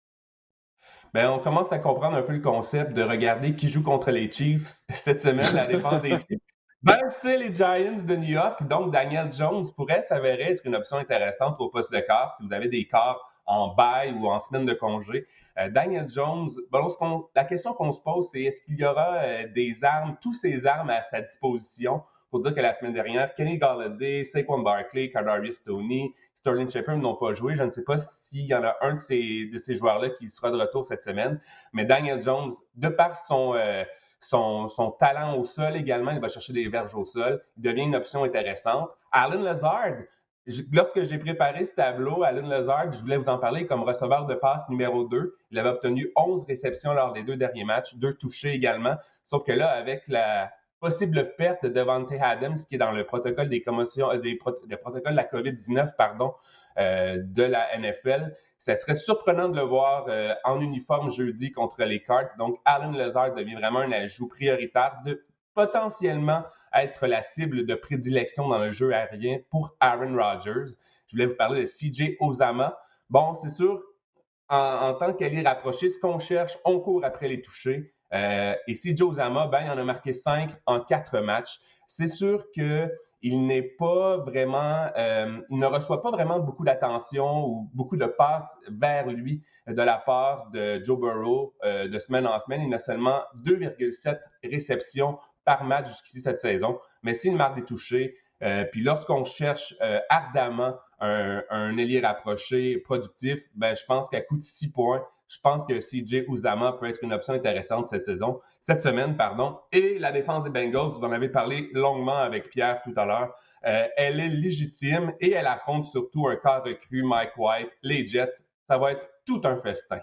Ben, on commence à comprendre un peu le concept de regarder qui joue contre les Chiefs cette semaine, la défense des Chiefs. Ben, c'est les Giants de New York. Donc, Daniel Jones pourrait s'avérer être une option intéressante au poste de quart si vous avez des quarts en bail ou en semaine de congé. Daniel Jones, la question qu'on se pose, c'est est-ce qu'il y aura des armes, tous ces armes à sa disposition? Il faut dire que la semaine dernière, Kenny Golladay, Saquon Barkley, Kadarius Toney, Sterling Shepard n'ont pas joué. Je ne sais pas s'il y en a un de ces joueurs-là qui sera de retour cette semaine. Mais Daniel Jones, de par son talent au sol également, il va chercher des verges au sol. Il devient une option intéressante. Allen Lazard, lorsque j'ai préparé ce tableau, Allen Lazard, je voulais vous en parler comme receveur de passe numéro 2. Il avait obtenu 11 réceptions lors des 2 derniers matchs, 2 touchés également. Sauf que là, avec la possible perte de Davante Adams, qui est dans le protocole des commotions, le protocole de la COVID-19, de la NFL, ça serait surprenant de le voir en uniforme jeudi contre les Cards. Donc, Allen Lazard devient vraiment un ajout prioritaire de potentiellement être la cible de prédilection dans le jeu aérien pour Aaron Rodgers. Je voulais vous parler de CJ Uzomah. Bon, c'est sûr, en tant qu'allié rapproché, ce qu'on cherche, on court après les touchés. Et CJ Uzomah, il en a marqué 5 en 4 matchs. C'est sûr qu'il n'est pas vraiment, il ne reçoit pas vraiment beaucoup d'attention ou beaucoup de passes vers lui de la part de Joe Burrow de semaine en semaine. Il a seulement 2,7 réceptions par match jusqu'ici cette saison. Mais s'il marque des touchés, puis lorsqu'on cherche ardemment un ailier rapproché productif, je pense qu'à coût de 6 points, je pense que CJ Uzomah peut être une option intéressante cette semaine. Et la défense des Bengals, vous en avez parlé longuement avec Pierre tout à l'heure, elle est légitime et elle affronte surtout un corps recru, Mike White, les Jets. Ça va être tout un festin.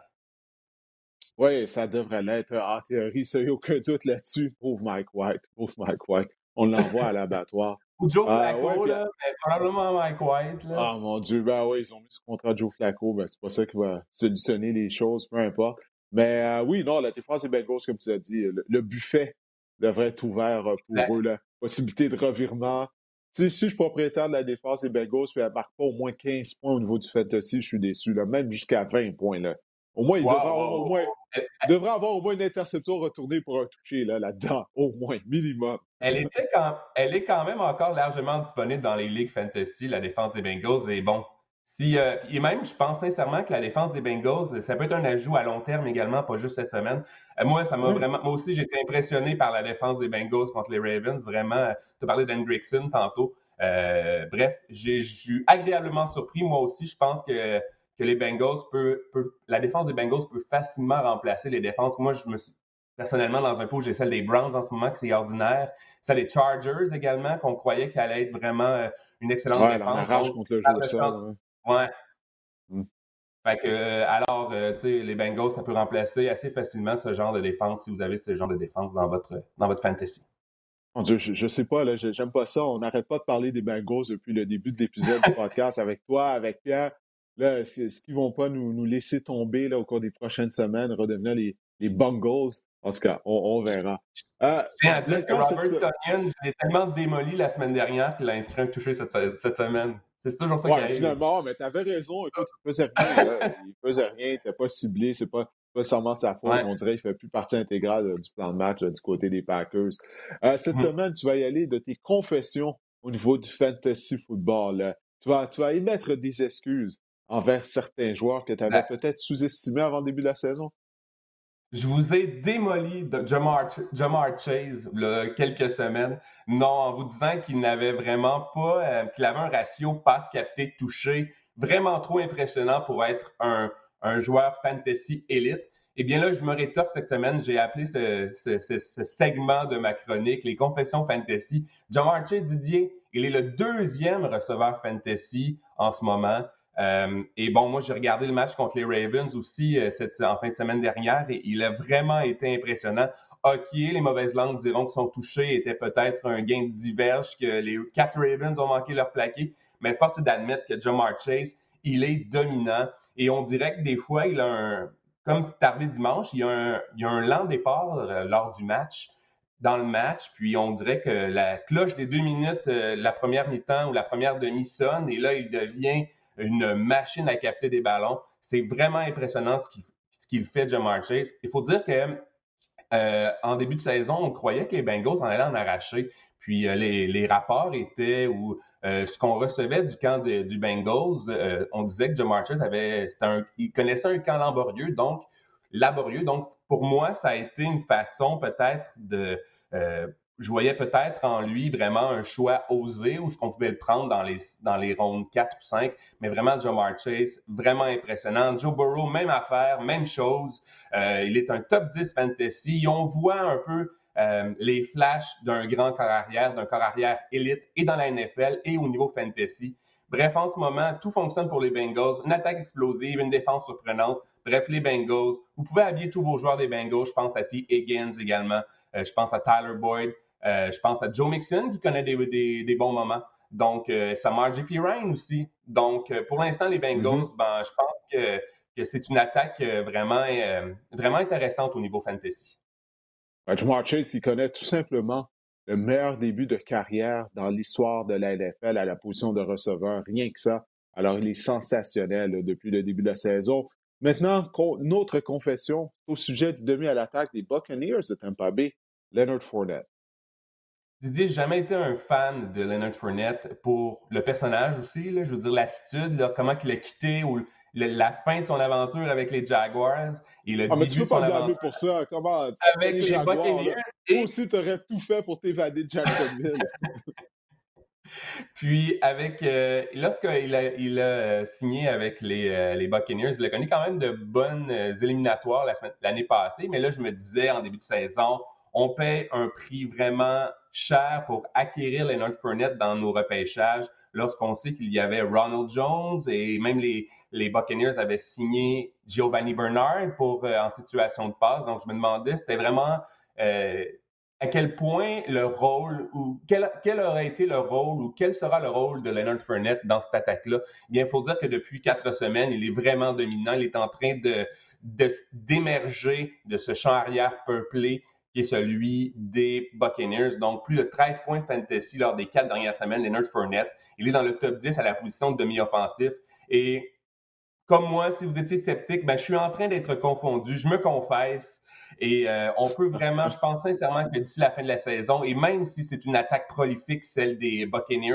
Oui, ça devrait l'être. En théorie, ça, il n'y a aucun doute là-dessus. Pauvre Mike White. Pauvre Mike White. On l'envoie à l'abattoir. Ou Joe Ouais, Flacco, puis là, mais probablement Mike White. Là. ah mon Dieu, ben oui, ils ont mis ce contrat de Joe Flacco, ben c'est pas ça qui va solutionner les choses, peu importe. Mais oui, non, la défense des Bengals, comme tu as dit, le buffet devrait être ouvert pour eux, la possibilité de revirement. Si je suis propriétaire de la défense des Bengals, puis elle marque pas au moins 15 points au niveau du fantasy, je suis déçu, là, même jusqu'à 20 points. Là. Au moins, il devrait avoir au moins une interception retournée pour un toucher là-dedans, au moins, minimum. Elle est quand même encore largement disponible dans les ligues fantasy, la défense des Bengals. Et bon, Et même, je pense sincèrement que la défense des Bengals, ça peut être un ajout à long terme également, pas juste cette semaine. Moi, moi aussi, j'ai été impressionné par la défense des Bengals contre les Ravens. Vraiment, tu as parlé d'Hendrickson tantôt. Bref, je suis agréablement surpris. Moi aussi, je pense que les Bengals la défense des Bengals peut facilement remplacer les défenses. Moi, je me suis personnellement dans un pot, j'ai celle des Browns en ce moment, que c'est ordinaire. Celle des Chargers également, qu'on croyait qu'elle allait être vraiment une excellente Ouais, en défense. arrache Donc, contre le jeu par au le sol. champ, Ouais. ouais. Mm. Fait que, tu sais, les Bengals, ça peut remplacer assez facilement ce genre de défense si vous avez ce genre de défense dans votre fantasy. Mon Dieu, je sais pas, là, j'aime pas ça. On n'arrête pas de parler des Bengals depuis le début de l'épisode du podcast avec toi, avec Pierre. Là, est-ce qu'ils vont pas nous laisser tomber là, au cours des prochaines semaines, redevenir les Bungles? En tout cas, on verra. Je tiens à dire que Maintenant, Robert Tonyan, je l'ai tellement démoli la semaine dernière qu'il a inscrit un touché cette semaine. C'est toujours ça qui ouais, arrive. finalement, mais t'avais raison. Écoute, il faisait rien, là. Il faisait rien, il n'était pas ciblé, c'est pas seulement de sa faute. Ouais. On dirait qu'il fait plus partie intégrale du plan de match du côté des Packers. Cette semaine, tu vas y aller de tes confessions au niveau du fantasy football. Là. Tu vas émettre des excuses envers certains joueurs que tu avais peut-être sous-estimés avant le début de la saison. Je vous ai démoli de Jamar Chase il y a quelques semaines. Non, en vous disant qu'il n'avait vraiment pas, qu'il avait un ratio passe capté touché vraiment trop impressionnant pour être un joueur fantasy élite. Eh bien là, je me rétorque cette semaine. J'ai appelé ce segment de ma chronique, les confessions fantasy. Jamar Chase, Didier, il est le deuxième receveur fantasy en ce moment. Et bon, moi, j'ai regardé le match contre les Ravens aussi en fin de semaine dernière et il a vraiment été impressionnant. OK, les mauvaises langues diront que son touché était peut-être un gain de 10 verges, que les 4 Ravens ont manqué leur plaqué, mais force est d'admettre que Jamar Chase, il est dominant et on dirait que des fois, il a comme c'est arrivé dimanche, il y a un lent départ lors du match, dans le match, puis on dirait que la cloche des 2 minutes, la première mi-temps ou la première demi sonne et là, il devient une machine à capter des ballons. C'est vraiment impressionnant ce qu'il fait, Jamar Chase. Il faut dire que en début de saison, on croyait que les Bengals en allaient en arracher. Puis les rapports étaient où ce qu'on recevait du camp du Bengals, on disait que Jamar Chase il connaissait un camp laborieux. Donc, pour moi, ça a été une façon peut-être je voyais peut-être en lui vraiment un choix osé où ce qu'on pouvait le prendre dans les rondes 4 ou 5, mais vraiment Jamar Chase, vraiment impressionnant. Joe Burrow, même affaire, même chose. Il est un top 10 fantasy. On voit un peu les flashs d'un corps arrière élite et dans la NFL et au niveau fantasy. Bref, en ce moment, tout fonctionne pour les Bengals. Une attaque explosive, une défense surprenante. Bref, les Bengals. Vous pouvez habiller tous vos joueurs des Bengals. Je pense à T. Higgins également. Je pense à Tyler Boyd. Je pense à Joe Mixon qui connaît des bons moments. Donc, Samar J.P. Ryan aussi. Donc, pour l'instant, les Bengals, je pense que c'est une attaque vraiment intéressante au niveau fantasy. Jamar Chase, il connaît tout simplement le meilleur début de carrière dans l'histoire de la NFL à la position de receveur, rien que ça. Alors, il est sensationnel là, depuis le début de la saison. Maintenant, notre confession au sujet du demi à l'attaque des Buccaneers de Tampa Bay, Leonard Fournette. Didier, j'ai jamais été un fan de Leonard Fournette pour le personnage aussi, là, je veux dire l'attitude, là, comment il a quitté ou la fin de son aventure avec les Jaguars et le Mais tu début peux de pas son me blâmer aventure pour ça. Comment? avec Les les Jaguars, là. Buccaneers. Toi aussi, tu aurais tout fait pour t'évader de Jacksonville. Puis, lorsqu'il a signé avec les Buccaneers, il a connu quand même de bonnes éliminatoires l'année passée. Mais là, je me disais, en début de saison, on paie un prix vraiment cher pour acquérir Leonard Fournette dans nos repêchages lorsqu'on sait qu'il y avait Ronald Jones et même les Buccaneers avaient signé Giovanni Bernard en situation de passe. Donc, je me demandais, c'était vraiment à quel point le rôle ou quel aurait été le rôle ou quel sera le rôle de Leonard Fournette dans cette attaque-là? Bien, il faut dire que depuis 4 semaines, il est vraiment dominant. Il est en train d'émerger de ce champ arrière peuplé qui est celui des Buccaneers. Donc, plus de 13 points fantasy lors des 4 dernières semaines, Leonard Fournette. Il est dans le top 10 à la position de demi-offensif. Et comme moi, si vous étiez sceptique, je suis en train d'être confondu. Je me confesse. Et on peut vraiment, je pense sincèrement que d'ici la fin de la saison, et même si c'est une attaque prolifique, celle des Buccaneers,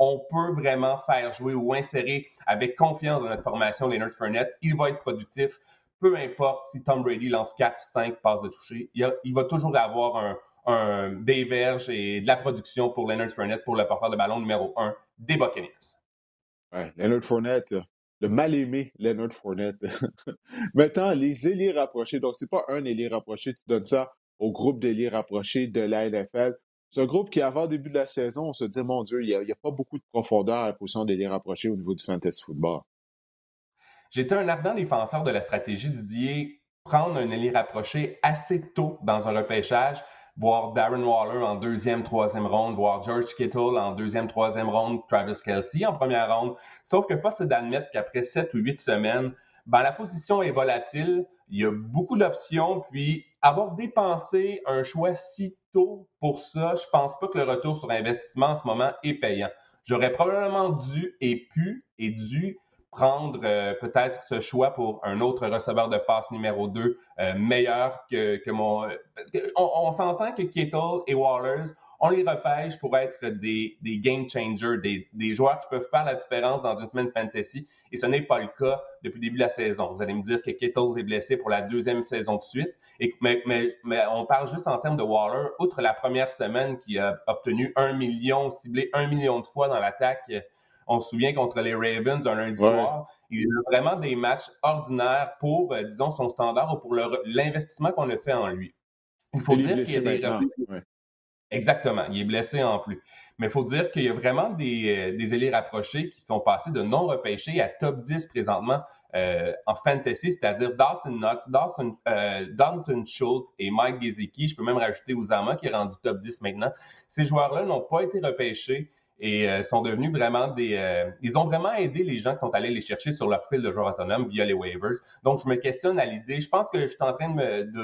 on peut vraiment faire jouer ou insérer avec confiance dans notre formation Leonard Fournette. Il va être productif, peu importe si Tom Brady lance 4, 5 passes de toucher. Il va toujours avoir des verges et de la production pour Leonard Fournette, pour le porteur de ballon numéro 1 des Buccaneers. Ouais, Leonard Fournette, le mal-aimé Leonard Fournette. Maintenant, les ailiers rapprochés. Donc, c'est pas un ailier rapproché, tu donnes ça au groupe d'ailiers rapprochés de la NFL. C'est un groupe qui, avant le début de la saison, on se dit, mon Dieu, il y a pas beaucoup de profondeur à la position d'ailier rapproché au niveau du fantasy football. J'étais un ardent défenseur de la stratégie Didier, prendre un ailier rapproché assez tôt dans un repêchage, voir Darren Waller en deuxième, troisième ronde, voir George Kittle en deuxième, troisième ronde, Travis Kelce en première ronde. Sauf que force est d'admettre qu'après 7 ou 8 semaines, la position est volatile, il y a beaucoup d'options, puis avoir dépensé un choix si tôt pour ça, je pense pas que le retour sur investissement en ce moment est payant. J'aurais probablement dû prendre peut-être ce choix pour un autre receveur de passe numéro 2 meilleur que mon... Parce qu'on s'entend que Kittle et Waller, on les repêche pour être des game changers, des joueurs qui peuvent faire la différence dans une semaine fantasy, et ce n'est pas le cas depuis le début de la saison. Vous allez me dire que Kittle est blessé pour la deuxième saison de suite, mais on parle juste en termes de Waller, outre la première semaine qui a obtenu 1 million, ciblé 1 million de fois dans l'attaque. On se souvient contre les Ravens un lundi soir. Il a vraiment des matchs ordinaires pour, disons, son standard ou pour l'investissement qu'on a fait en lui. Il faut dire qu'il y a des maintenant. Exactement, il est blessé en plus. Mais il faut dire qu'il y a vraiment des ailiers rapprochés qui sont passés de non repêchés à top 10 présentement en fantasy, c'est-à-dire Dawson Knox, Dalton Schultz et Mike Gesicki. Je peux même rajouter Uzama qui est rendu top 10 maintenant. Ces joueurs-là n'ont pas été repêchés et sont devenus vraiment ils ont vraiment aidé les gens qui sont allés les chercher sur leur fil de joueurs autonomes via les waivers. Donc, je me questionne à l'idée. Je pense que je suis en train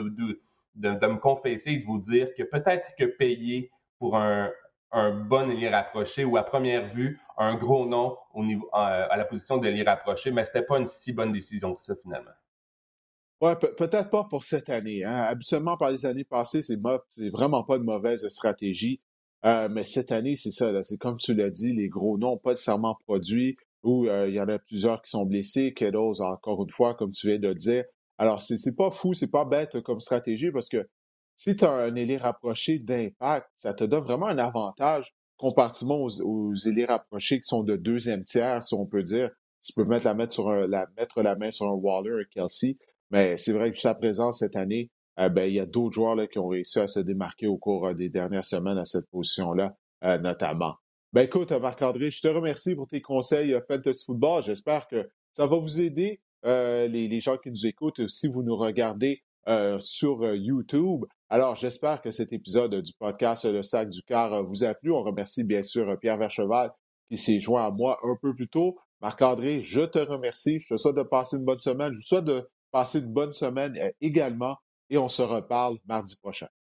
de me confesser et de vous dire que peut-être que payer pour un bon ailier rapproché ou à première vue, un gros nom à la position de l'ailier rapproché, mais ce n'était pas une si bonne décision que ça, finalement. Oui, peut-être pas pour cette année. Hein. Habituellement, par les années passées, c'est vraiment pas de mauvaise stratégie. Mais cette année, c'est ça. Là, c'est comme tu l'as dit, les gros noms pas nécessairement produits ou il y en a plusieurs qui sont blessés. Kittles, encore une fois, comme tu viens de le dire. Alors, c'est pas fou, c'est pas bête comme stratégie parce que si tu as un ailier rapproché d'impact, ça te donne vraiment un avantage comparativement aux ailiers rapprochés qui sont de deuxième tiers, si on peut dire. Tu peux mettre la main sur un Waller, un Kelce. Mais c'est vrai que jusqu'à présent, cette année, il y a d'autres joueurs là, qui ont réussi à se démarquer au cours des dernières semaines à cette position-là, notamment. Ben écoute, Marc-André, je te remercie pour tes conseils Fantasy Football. J'espère que ça va vous aider, les gens qui nous écoutent, si vous nous regardez sur YouTube. Alors, j'espère que cet épisode du podcast Le Sac du Cœur vous a plu. On remercie bien sûr Pierre Vercheval qui s'est joint à moi un peu plus tôt. Marc-André, je te remercie. Je te souhaite de passer une bonne semaine. Je vous souhaite de passer une bonne semaine également et on se reparle mardi prochain.